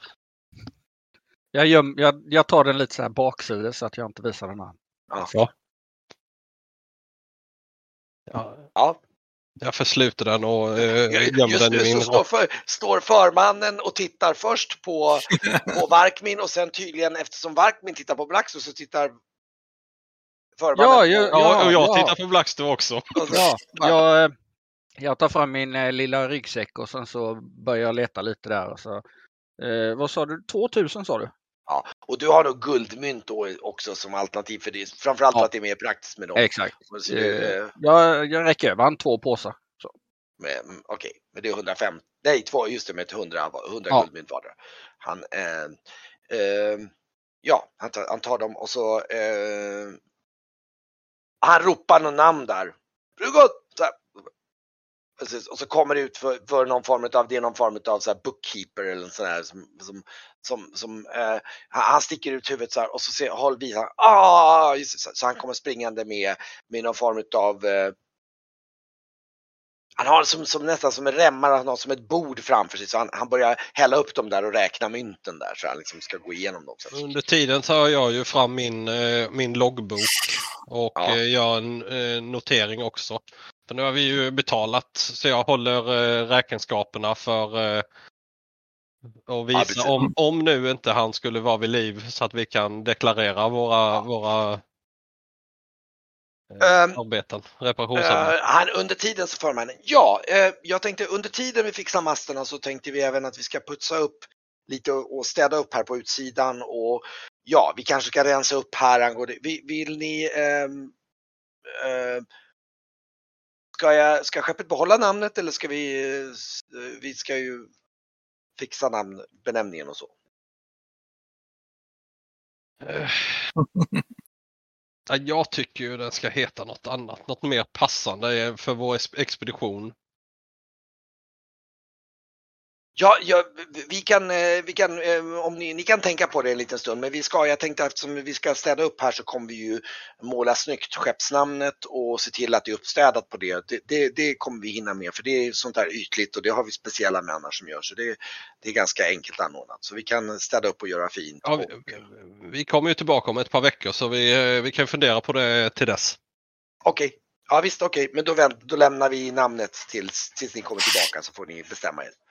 [SPEAKER 3] Jag tar den lite så här baksides så att jag inte visar den här.
[SPEAKER 2] Ja.
[SPEAKER 5] Ja.
[SPEAKER 2] Jag försluter den och gömmer den i min
[SPEAKER 5] står förmannen och tittar först på Varkmin och sen tydligen eftersom Varkmin tittar på Blackstor så tittar förmannen
[SPEAKER 2] och jag tittar på Blackstor också.
[SPEAKER 3] Ja, jag tar fram min lilla ryggsäck och sen så börjar jag leta lite där. Och så, vad sa du? 2000 sa du?
[SPEAKER 5] Ja, och du har då guldmynt då också som alternativ för det. Framförallt för att det är mer praktiskt med dem.
[SPEAKER 3] Exakt. Jag räcker över han 2 påsar.
[SPEAKER 5] Okej, men det är 105. Nej, 2, just det, med 100 guldmynt var det. Han tar dem och så han ropar någon namn där. Och så kommer det ut för någon form av så här bookkeeper eller sån här som han sticker ut huvudet så här och så visar han så han kommer springande med någon form av han har som nästan som en remmar, han har som ett bord framför sig så han börjar hälla upp dem där och räkna mynten där så han liksom ska gå igenom dem.
[SPEAKER 2] Under tiden tar jag ju fram min loggbok och gör en notering också. För nu har vi ju betalat så jag håller räkenskaperna för att visa om nu inte han skulle vara vid liv så att vi kan deklarera våra arbeten, reparationsarbeten.
[SPEAKER 5] Under tiden så får man jag tänkte under tiden vi fixar masterna så tänkte vi även att vi ska putsa upp lite och städa upp här på utsidan och vi kanske ska rensa upp här angående. Vill ni ska skeppet behålla namnet eller ska vi ska ju fixa benämningen och så.
[SPEAKER 2] Jag tycker ju den ska heta något annat, något mer passande för vår expedition.
[SPEAKER 5] Vi kan om ni kan tänka på det en liten stund, men jag tänkte eftersom vi ska städa upp här så kommer vi ju måla snyggt skeppsnamnet och se till att det är uppstädat på det. Det kommer vi hinna med för det är sånt där ytligt och det har vi speciella människor som gör så det är ganska enkelt anordnat. Så vi kan städa upp och göra fint.
[SPEAKER 2] Ja, vi kommer ju tillbaka om ett par veckor så vi kan fundera på det till dess.
[SPEAKER 5] Okej. Ja visst, okej. Men då lämnar vi namnet tills ni kommer tillbaka så får ni bestämma er.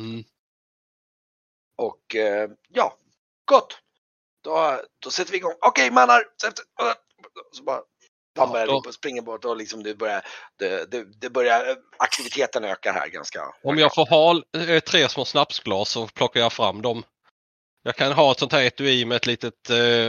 [SPEAKER 5] Och gott. Då sätter vi igång. Okej, mannar. Så bara han börjar springa bort och liksom det börjar aktiviteten ökar här ganska.
[SPEAKER 2] Om jag får ha 3 små snapsglas så plockar jag fram dem. Jag kan ha ett sånt här etui med ett litet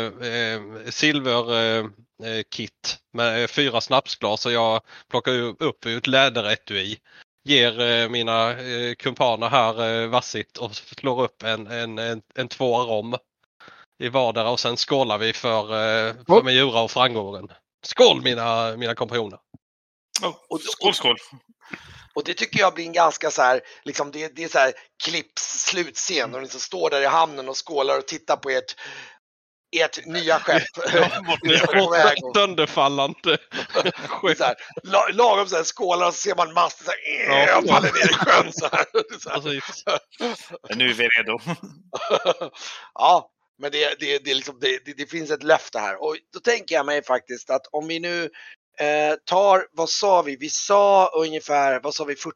[SPEAKER 2] silverkit med 4 snapsglas och jag plockar upp ett läderetui. Ger mina kumpaner här vassigt och slår upp en 2 rom i vardera och sen skålar vi för Miura och Frangården. Skål mina kompanjoner!
[SPEAKER 4] Skål!
[SPEAKER 5] Och det tycker jag blir en ganska så här, liksom det är så här klipps slutscen och ni som står där i hamnen och skålar och tittar på ert nya skepp.
[SPEAKER 2] Sönderfallande.
[SPEAKER 5] Så här, lagom så här skålar och så ser man masten så här, faller ner i sjön så här.
[SPEAKER 4] Nu är vi redo.
[SPEAKER 5] Ja, men det liksom, det finns ett löfte här. Och då tänker jag mig faktiskt att om vi nu tar, vad sa vi? Vi sa ungefär, 40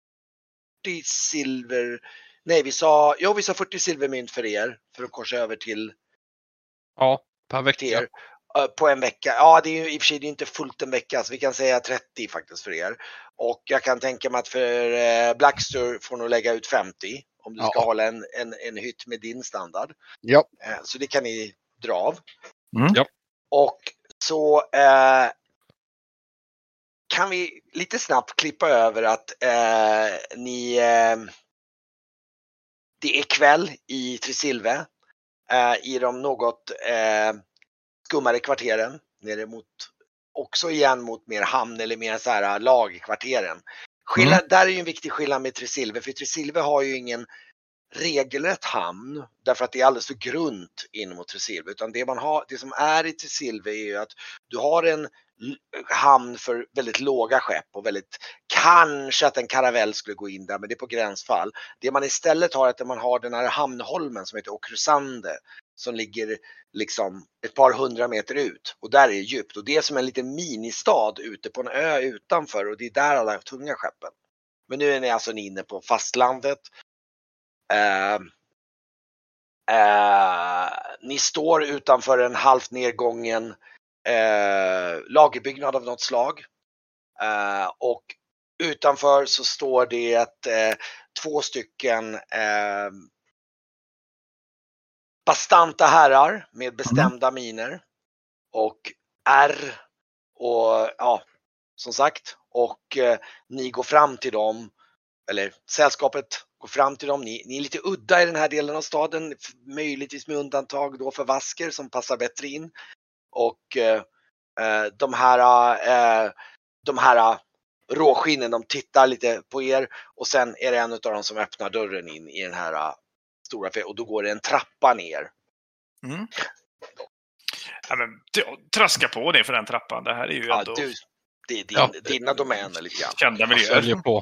[SPEAKER 5] silver. Nej, vi sa 40 silvermynt för er för att korsa över till
[SPEAKER 2] per vecka.
[SPEAKER 5] på en vecka. Ja, det är ju i och för sig inte fullt en vecka, så vi kan säga 30 faktiskt för er. Och jag kan tänka mig att för Blackstar får nog lägga ut 50 om du ska hålla en hytt med din standard.
[SPEAKER 3] Ja.
[SPEAKER 5] Så det kan ni dra av.
[SPEAKER 2] Ja.
[SPEAKER 5] Och så kan vi lite snabbt klippa över att det är kväll i Tresilve i de något skummare kvarteren nere mot, också igen mot mer hamn eller mer så här lagkvarteren. Där är ju en viktig skillnad med Tresilve, för Tresilve har ju ingen regelrätt hamn därför att det är alldeles för grunt in mot Tresilve, utan det som är i Tresilve är ju att du har en hamn för väldigt låga skepp och kanske att en karavell skulle gå in där, men det är på gränsfall. Det man istället har är att man har den här hamnholmen som heter Okrusande som ligger liksom ett par 100 meter ut, och där är det djupt, och det är som en liten ministad ute på en ö utanför, och det är där alla tunga skeppen. Men nu är ni alltså inne på fastlandet. Ni står utanför en halvt nedgången lagerbyggnad av något slag, och utanför så står det 2 stycken bastanta herrar med bestämda miner och R och ja, som sagt, och ni går fram till dem, eller sällskapet går fram till dem. Ni är lite udda i den här delen av staden, möjligtvis med undantag då för Vasker som passar bättre in. Och de här råskinnen, de tittar lite på er, och sen är det en av dem som öppnar dörren in i den här stora, och då går det en trappa ner.
[SPEAKER 4] Ja, men traska på det för den trappan. Det här är ju ändå...
[SPEAKER 5] det är dina domäner lite grann.
[SPEAKER 4] Kända miljöer.
[SPEAKER 2] På.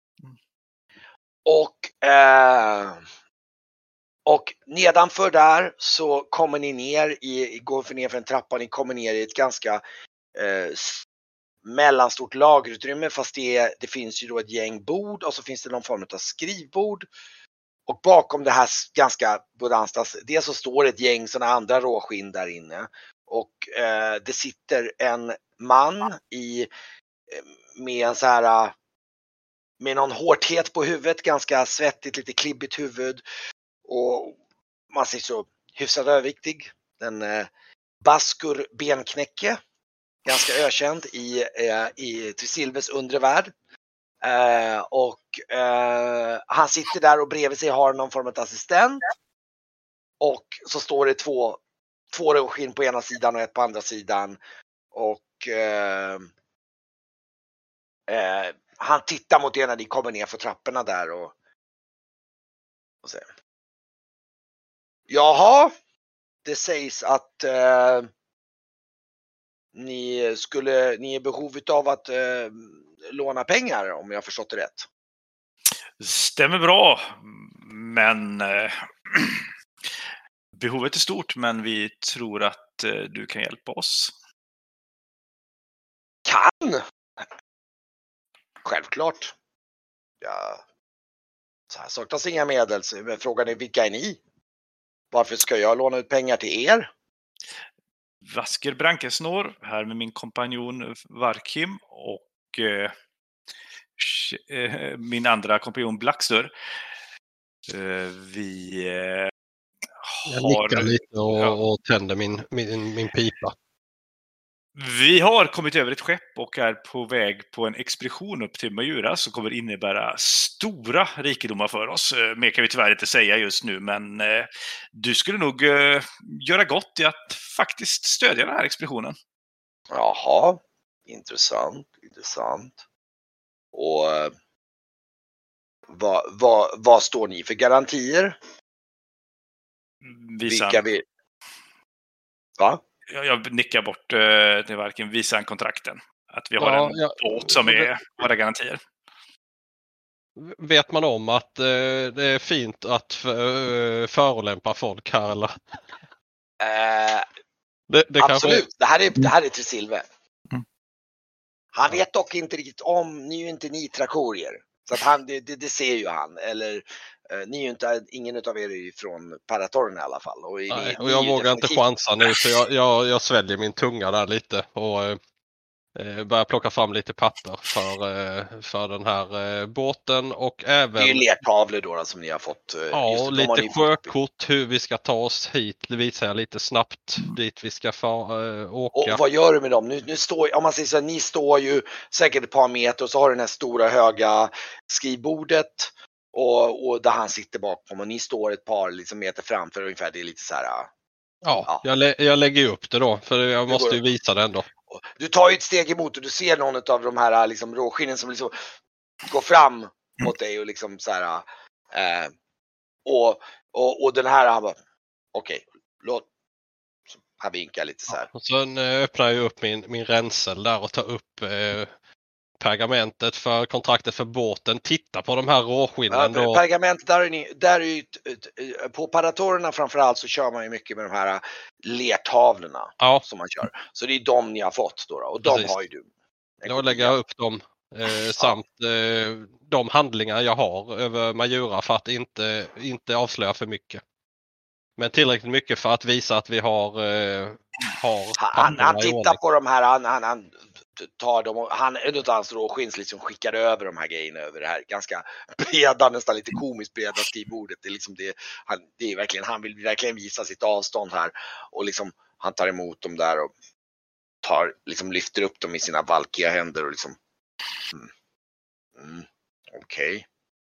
[SPEAKER 5] Och nedanför där så kommer ni går ner för en trappa, ni kommer ner i ett ganska mellanstort lagerutrymme, fast det finns ju då ett gäng bord, och så finns det någon form av skrivbord. Och bakom det här ganska bodanstas, det så står ett gäng sådana andra råskinn där inne. Och det sitter en man med en så här, med någon hårdhet på huvudet, ganska svettigt, lite klibbigt huvud, och man ser så hyfsat överviktig. En Baskur Benknäcke, ganska ökänd i Tresilves undre värld. Och han sitter där, och bredvid sig har någon form av assistent, och så står det två råskinn på ena sidan och ett på andra sidan, och han tittar mot er när ni kommer ner för trapporna där och säger: jaha, det sägs att ni är i behov av att låna pengar, om jag har förstått det rätt.
[SPEAKER 4] Stämmer bra, men behovet är stort, men vi tror att du kan hjälpa oss.
[SPEAKER 5] Kan? Självklart. Ja. Så här saknas inga medel. Men frågan är, vilka är ni? Varför ska jag låna ut pengar till er?
[SPEAKER 4] Vasker Brankesnår här med min kompanjon Varkim och min andra kompanjon Blackstar. Vi
[SPEAKER 2] jag nickar lite och tänder min pipa.
[SPEAKER 4] Vi har kommit över ett skepp och är på väg på en expedition upp till Majura som kommer innebära stora rikedomar för oss. Mer kan vi tyvärr inte säga just nu, men du skulle nog göra gott i att faktiskt stödja den här expeditionen.
[SPEAKER 5] Jaha, intressant. Och vad står ni för garantier? Va?
[SPEAKER 4] Jag nickar bort till varken Visan kontrakten. Att vi har en båt som är våra garantier.
[SPEAKER 2] Vet man om att det är fint att förolämpa folk här, eller? Det
[SPEAKER 5] absolut.
[SPEAKER 2] Kanske...
[SPEAKER 5] Det här är Tresilve. Han vet dock inte riktigt om, ni är ju inte nitrakorier. Så att det ser ju han. Eller Ni är ju inte, ingen av er är ju från Paratorn i alla fall. Och,
[SPEAKER 2] Nej, och jag vågar inte chansa nu så jag sväljer min tunga där lite och börjar plocka fram lite papper för den här båten och även...
[SPEAKER 5] Det är ju lertavlor då som ni har fått.
[SPEAKER 2] Ja,
[SPEAKER 5] just det,
[SPEAKER 2] lite sjökort, hur vi ska ta oss hit, visar jag lite snabbt dit vi ska åka.
[SPEAKER 5] Och vad gör du med dem? Nu står, om man säger så här, ni står ju säkert ett par meter och så har du den här stora höga skrivbordet och där han sitter bakom och ni står ett par liksom meter framför ungefär. Det är lite så här.
[SPEAKER 2] Ja. Jag lägger ju upp det då för jag måste ju visa det ändå.
[SPEAKER 5] Du tar ju ett steg emot och du ser någon av de här liksom råskinnen som liksom går fram mot dig och liksom så här. Och den här han bara okej, låt. Han vinkar lite så här.
[SPEAKER 2] Och sen öppnar jag upp min ränsel där och tar upp pergamentet för kontraktet för båten. Titta på de här råskinnen då.
[SPEAKER 5] Pergamentet, där är ju på paratorerna framförallt så kör man ju mycket med de här lertavlorna som man kör. Så det är de ni har fått då. Och de har ju du.
[SPEAKER 2] Då lägger jag upp dem samt de handlingar jag har över Majura för att inte avslöja för mycket. Men tillräckligt mycket för att visa att vi har
[SPEAKER 5] han tittar på de här, han tar dem och han är något annat råskins liksom skickar över de här grejerna över det här ganska breda, nästan lite komiskt breda skrivbordet. Det är liksom det är verkligen, han vill verkligen visa sitt avstånd här och liksom han tar emot dem där och liksom lyfter upp dem i sina valkiga händer och liksom okej.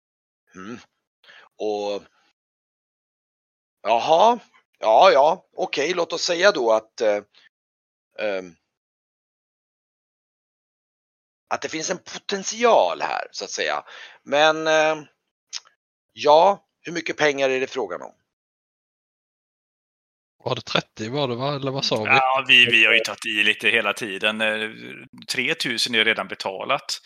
[SPEAKER 5] Och jaha, ja, okej, låt oss säga då att det finns en potential här så att säga. Men ja, hur mycket pengar är det frågan om?
[SPEAKER 2] Var det 30 var det va? Eller vad sa vi?
[SPEAKER 4] Ja, vi har ju tagit i lite hela tiden. 3000 är redan betalat.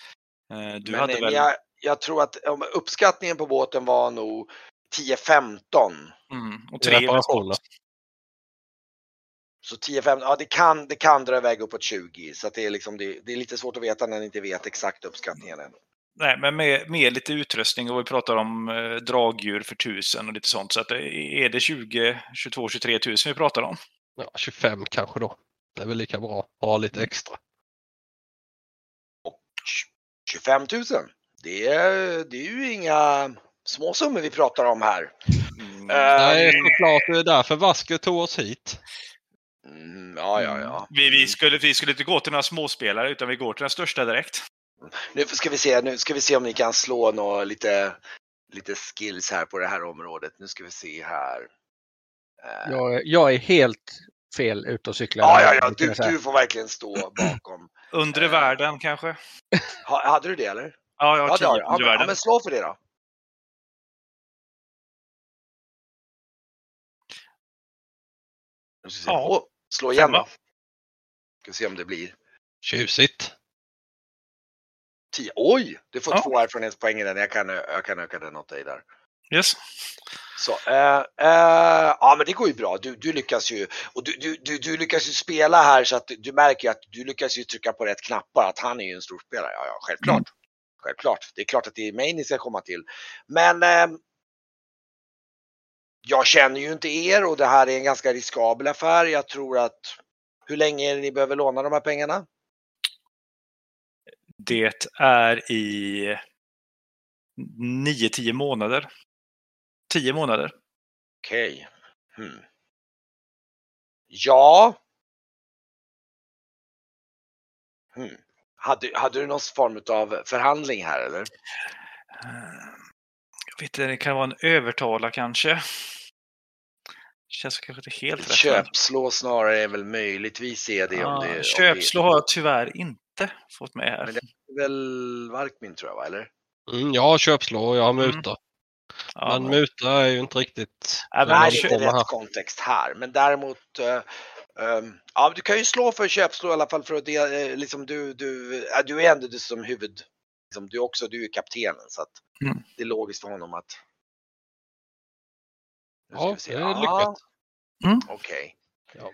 [SPEAKER 5] Jag tror att uppskattningen på båten var nog 10-15.
[SPEAKER 4] Och 3 reparationer.
[SPEAKER 5] Så 10-15, ja det kan dra iväg uppåt 20. Så att det är liksom, det är lite svårt att veta när ni inte vet exakt uppskattningen än.
[SPEAKER 4] Nej, men med lite utrustning och vi pratar om dragdjur för 1000 och lite sånt. Så att är det 20, 22, 23 000 vi pratar om?
[SPEAKER 2] Ja, 25 kanske då. Det är väl lika bra att ha lite extra.
[SPEAKER 5] Och 25 000, det är ju inga små summor vi pratar om här.
[SPEAKER 2] Nej, såklart. Det är därför Vasker tog oss hit.
[SPEAKER 5] Ja.
[SPEAKER 4] Vi skulle inte gå till några småspelare utan vi går till den största direkt.
[SPEAKER 5] Nu ska vi se om ni kan slå lite skills här på det här området. Nu ska vi se här.
[SPEAKER 3] Jag är helt fel ute och cyklar.
[SPEAKER 5] Ja, du får verkligen stå bakom.
[SPEAKER 4] Undre världen kanske?
[SPEAKER 5] Hade du det eller?
[SPEAKER 4] Ja, jag har 10
[SPEAKER 5] undre världen. Ja, men slå för det då. Slå igen då. Ska se om det blir.
[SPEAKER 2] Tjusigt.
[SPEAKER 5] 10. Oj, du får 2 erfarenhetspoäng i den. Jag kan öka den åt dig där.
[SPEAKER 4] Yes.
[SPEAKER 5] Så, ja men det går ju bra. Du lyckas ju och du lyckas ju spela här så att du märker att du lyckas ju trycka på rätt knappar, att han är ju en stor spelare. Ja, självklart. Självklart. Det är klart att det är mig ni ska komma till. Men jag känner ju inte er och det här är en ganska riskabel affär. Jag tror att hur länge är det ni behöver låna de här pengarna?
[SPEAKER 4] Det är i 9-10 månader. 10 månader.
[SPEAKER 5] Okej. Ja. Hade du någon form av förhandling här eller?
[SPEAKER 4] Jag vet inte, det kan vara en övertala kanske. Känns kanske inte helt rätt.
[SPEAKER 5] Köpslå snarare är väl möjligtvis är det om det.
[SPEAKER 4] Köpslå har jag tyvärr inte fått med här.
[SPEAKER 5] Men det är väl Varkmin tror jag va, eller?
[SPEAKER 2] Jag har köpslå och jag har muta. Men muta är ju inte riktigt...
[SPEAKER 5] Nej, det är inte rätt kontext här. Men däremot... ja, du kan ju slå för köpslå i alla fall för att det liksom du är ändå du som huvud... Liksom, du är kaptenen så att det är logiskt för honom att...
[SPEAKER 2] Ja, det är lyckat.
[SPEAKER 5] Okej.
[SPEAKER 2] Ja,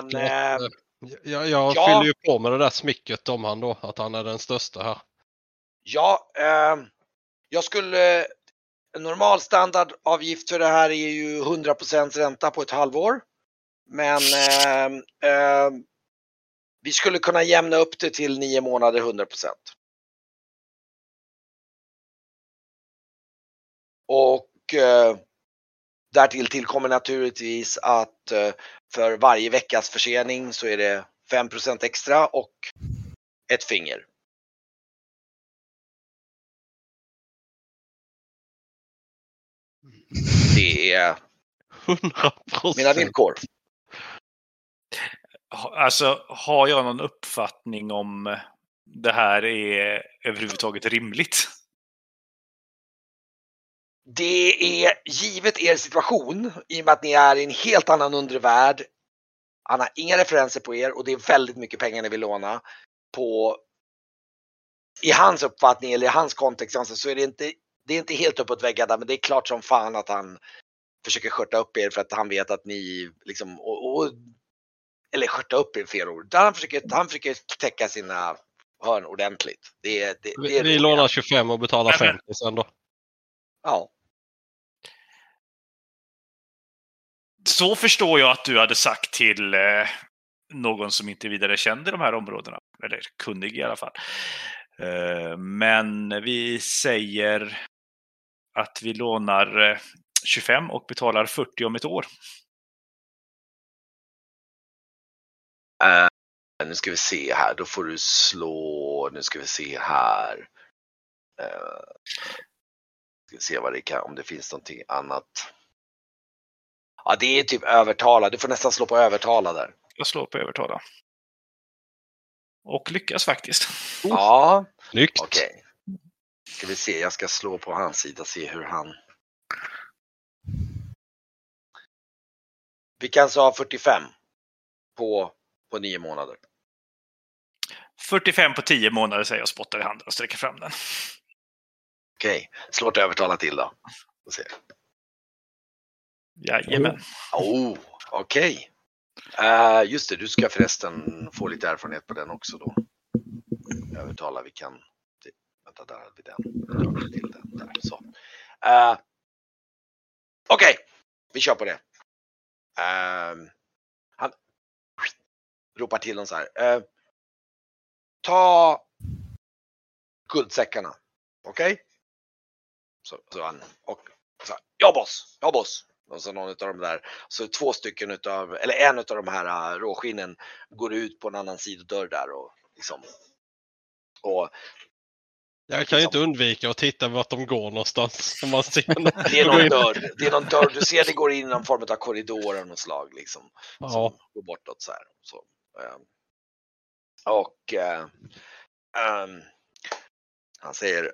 [SPEAKER 2] jag fyller ju på med det där smycket om han då, att han är den största här.
[SPEAKER 5] Ja, jag skulle normal standardavgift för det här är ju 100% ränta på ett halvår. Men vi skulle kunna jämna upp det till 9 månader 100%. Och därtill tillkommer naturligtvis att för varje veckas försening så är det 5% extra och ett finger. Det är
[SPEAKER 2] 100%.
[SPEAKER 5] mina villkor.
[SPEAKER 4] Alltså, har jag någon uppfattning om det här är överhuvudtaget rimligt?
[SPEAKER 5] Det är givet er situation i och med att ni är i en helt annan undre värld. Han har inga referenser på er och det är väldigt mycket pengar ni vill låna. I hans uppfattning eller i hans kontext så är det är inte helt uppåt väggarna, men det är klart som fan att han försöker skörta upp er för att han vet att ni liksom eller skörta upp er fel ord. Han försöker täcka sina hörn ordentligt.
[SPEAKER 2] Vi lånar 25 och betalar 50 sen då.
[SPEAKER 5] Ja.
[SPEAKER 4] Så förstår jag att du hade sagt till någon som inte vidare kände de här områdena. Eller kunnig i alla fall. Men vi säger att vi lånar 25 och betalar 40 om ett år.
[SPEAKER 5] Nu ska vi se här. Då får du slå. Nu ska vi se här. Ska vi se vad det kan, om det finns någonting annat. Ja, det är typ övertala. Du får nästan slå på övertala där.
[SPEAKER 4] Jag slår på övertala. Och lyckas faktiskt.
[SPEAKER 5] Ja.
[SPEAKER 2] Snyggt.
[SPEAKER 5] Okej. Ska vi se. Jag ska slå på hans sida. Se hur han. Vi kan så ha 45 på 9 månader.
[SPEAKER 4] 45 på 10 månader säger jag, spottar i handen och sträcker fram den.
[SPEAKER 5] Okej. Slå till övertala till då. Se.
[SPEAKER 4] Jajamän.
[SPEAKER 5] Okej. Just det, du ska förresten få lite erfarenhet på den också då. Övertala, vi kan. Vänta, där hade vi den. Till den där. Så. Okej, vi kör på det. Han ropar till dem så här. Ta guldsäckarna. Okej? Så han. Och så här, ja boss. Och så någon av de där. Så 2 stycken eller en av de här råskinnen går ut på en annan sidodörr där och liksom. Och
[SPEAKER 2] jag kan ju inte undvika att titta vart de går någonstans. Om man ser
[SPEAKER 5] det är någon dörr. Du ser det går in i någon form av korridor av något slag liksom.
[SPEAKER 2] Ja.
[SPEAKER 5] Som går bortåt så här. Så, och han säger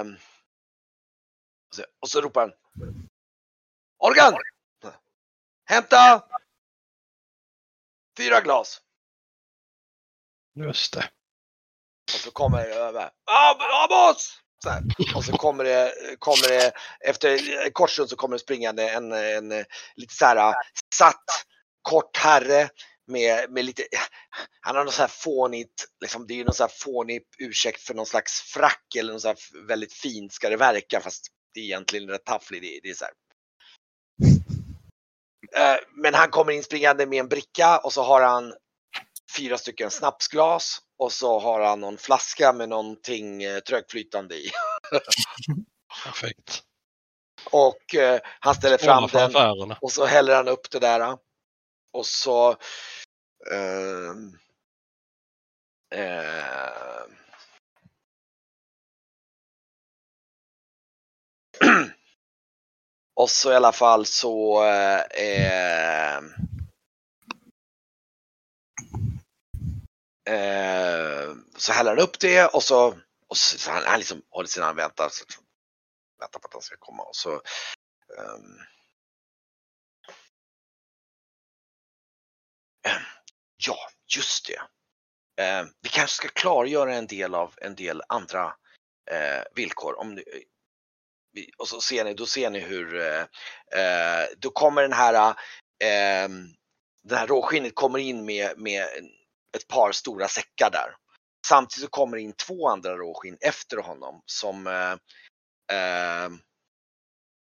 [SPEAKER 5] och så ropar han. Organ! Hämta 4 glas.
[SPEAKER 2] Just det.
[SPEAKER 5] Och så kommer det över. Boss! Så här. Och så kommer det efter kort stund så kommer det springande en lite så här satt kort herre med lite, han har något så här fånigt, liksom, det är ju någon så här fånig ursäkt för någon slags frack eller något så här väldigt fint ska det verka, fast det är egentligen rätt tafflig, det är så här. Men han kommer in springande med en bricka och så har han 4 stycken snapsglas och så har han någon flaska med någonting trögflytande i.
[SPEAKER 2] Perfekt.
[SPEAKER 5] Och han ställer fram den
[SPEAKER 2] affärerna.
[SPEAKER 5] och så häller han upp det där. Och så och så i alla fall så så häller han upp det och så han liksom håller sin hand, väntar på att han ska komma och så ja, just det. Vi kanske ska klargöra en del andra villkor om och så ser ni hur då kommer den här råskinnet kommer in med ett par stora säckar där. Samtidigt så kommer in 2 andra råskinn efter honom som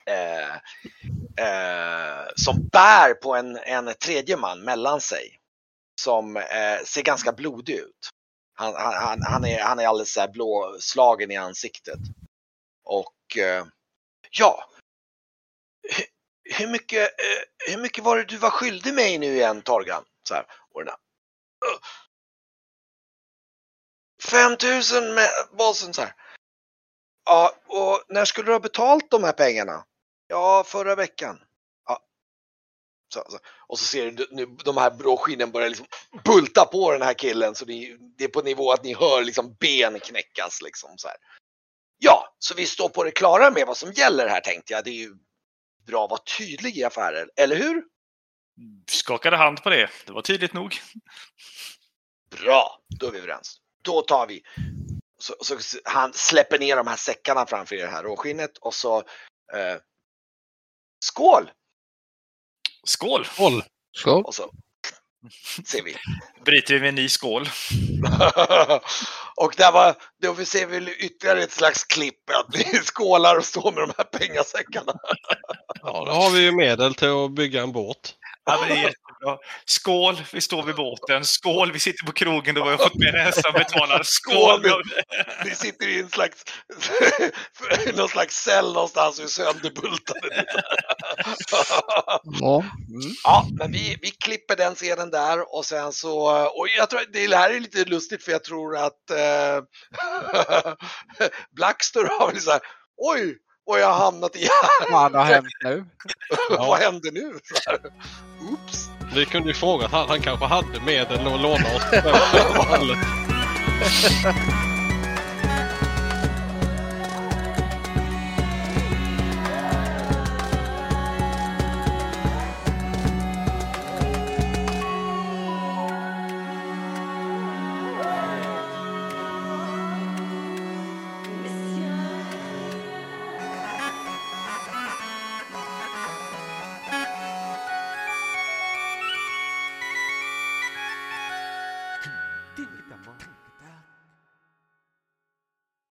[SPEAKER 5] som bär på en tredje man mellan sig som ser ganska blodig ut. Han är alldeles så här blåslagen i ansiktet. Och ja, hur mycket var det du var skyldig mig nu igen, Torgan? Så här, och den här, 5 000 med bossen så här. Ja, och när skulle du ha betalt de här pengarna? Ja, förra veckan. Ja. Så. Och så ser du nu de här bråskinnen börjar liksom bulta på den här killen, så det är på nivå att ni hör liksom ben knäckas liksom så här. Ja, så vi står på det klara med vad som gäller här, tänkte jag. Det är ju bra att vara tydlig i affärer, eller hur?
[SPEAKER 4] Skakade hand på det. Det var tydligt nog.
[SPEAKER 5] Bra, då är vi överens. Då tar vi. Så han släpper ner de här säckarna framför er här, råskinnet, och så skål!
[SPEAKER 4] Skål!
[SPEAKER 2] Skål!
[SPEAKER 3] Skål.
[SPEAKER 5] Och så ser vi.
[SPEAKER 4] Bryter vi med en ny skål.
[SPEAKER 5] Och då ser vi ytterligare ett slags klipp att ni skålar och står med de här pengasäckarna.
[SPEAKER 2] Ja, då har vi ju medel till att bygga en båt.
[SPEAKER 4] Ja, men det är jättebra. Skål, vi står vid båten. Skål, vi sitter på krogen då vi har fått med en ensam betalare. Skål!
[SPEAKER 5] Ni sitter i någon slags cell någonstans och är sönderbultade.
[SPEAKER 3] Ja.
[SPEAKER 5] Ja, men vi klipper den scenen där, och sen så, och jag tror det här är lite lustigt, för jag tror att Blackster har väl så här, oj, och jag har hamnat i
[SPEAKER 3] Vad har hänt nu?
[SPEAKER 5] Vad händer nu? Så här, oops.
[SPEAKER 2] Vi kunde ju fråga att han kanske hade medel att låna oss.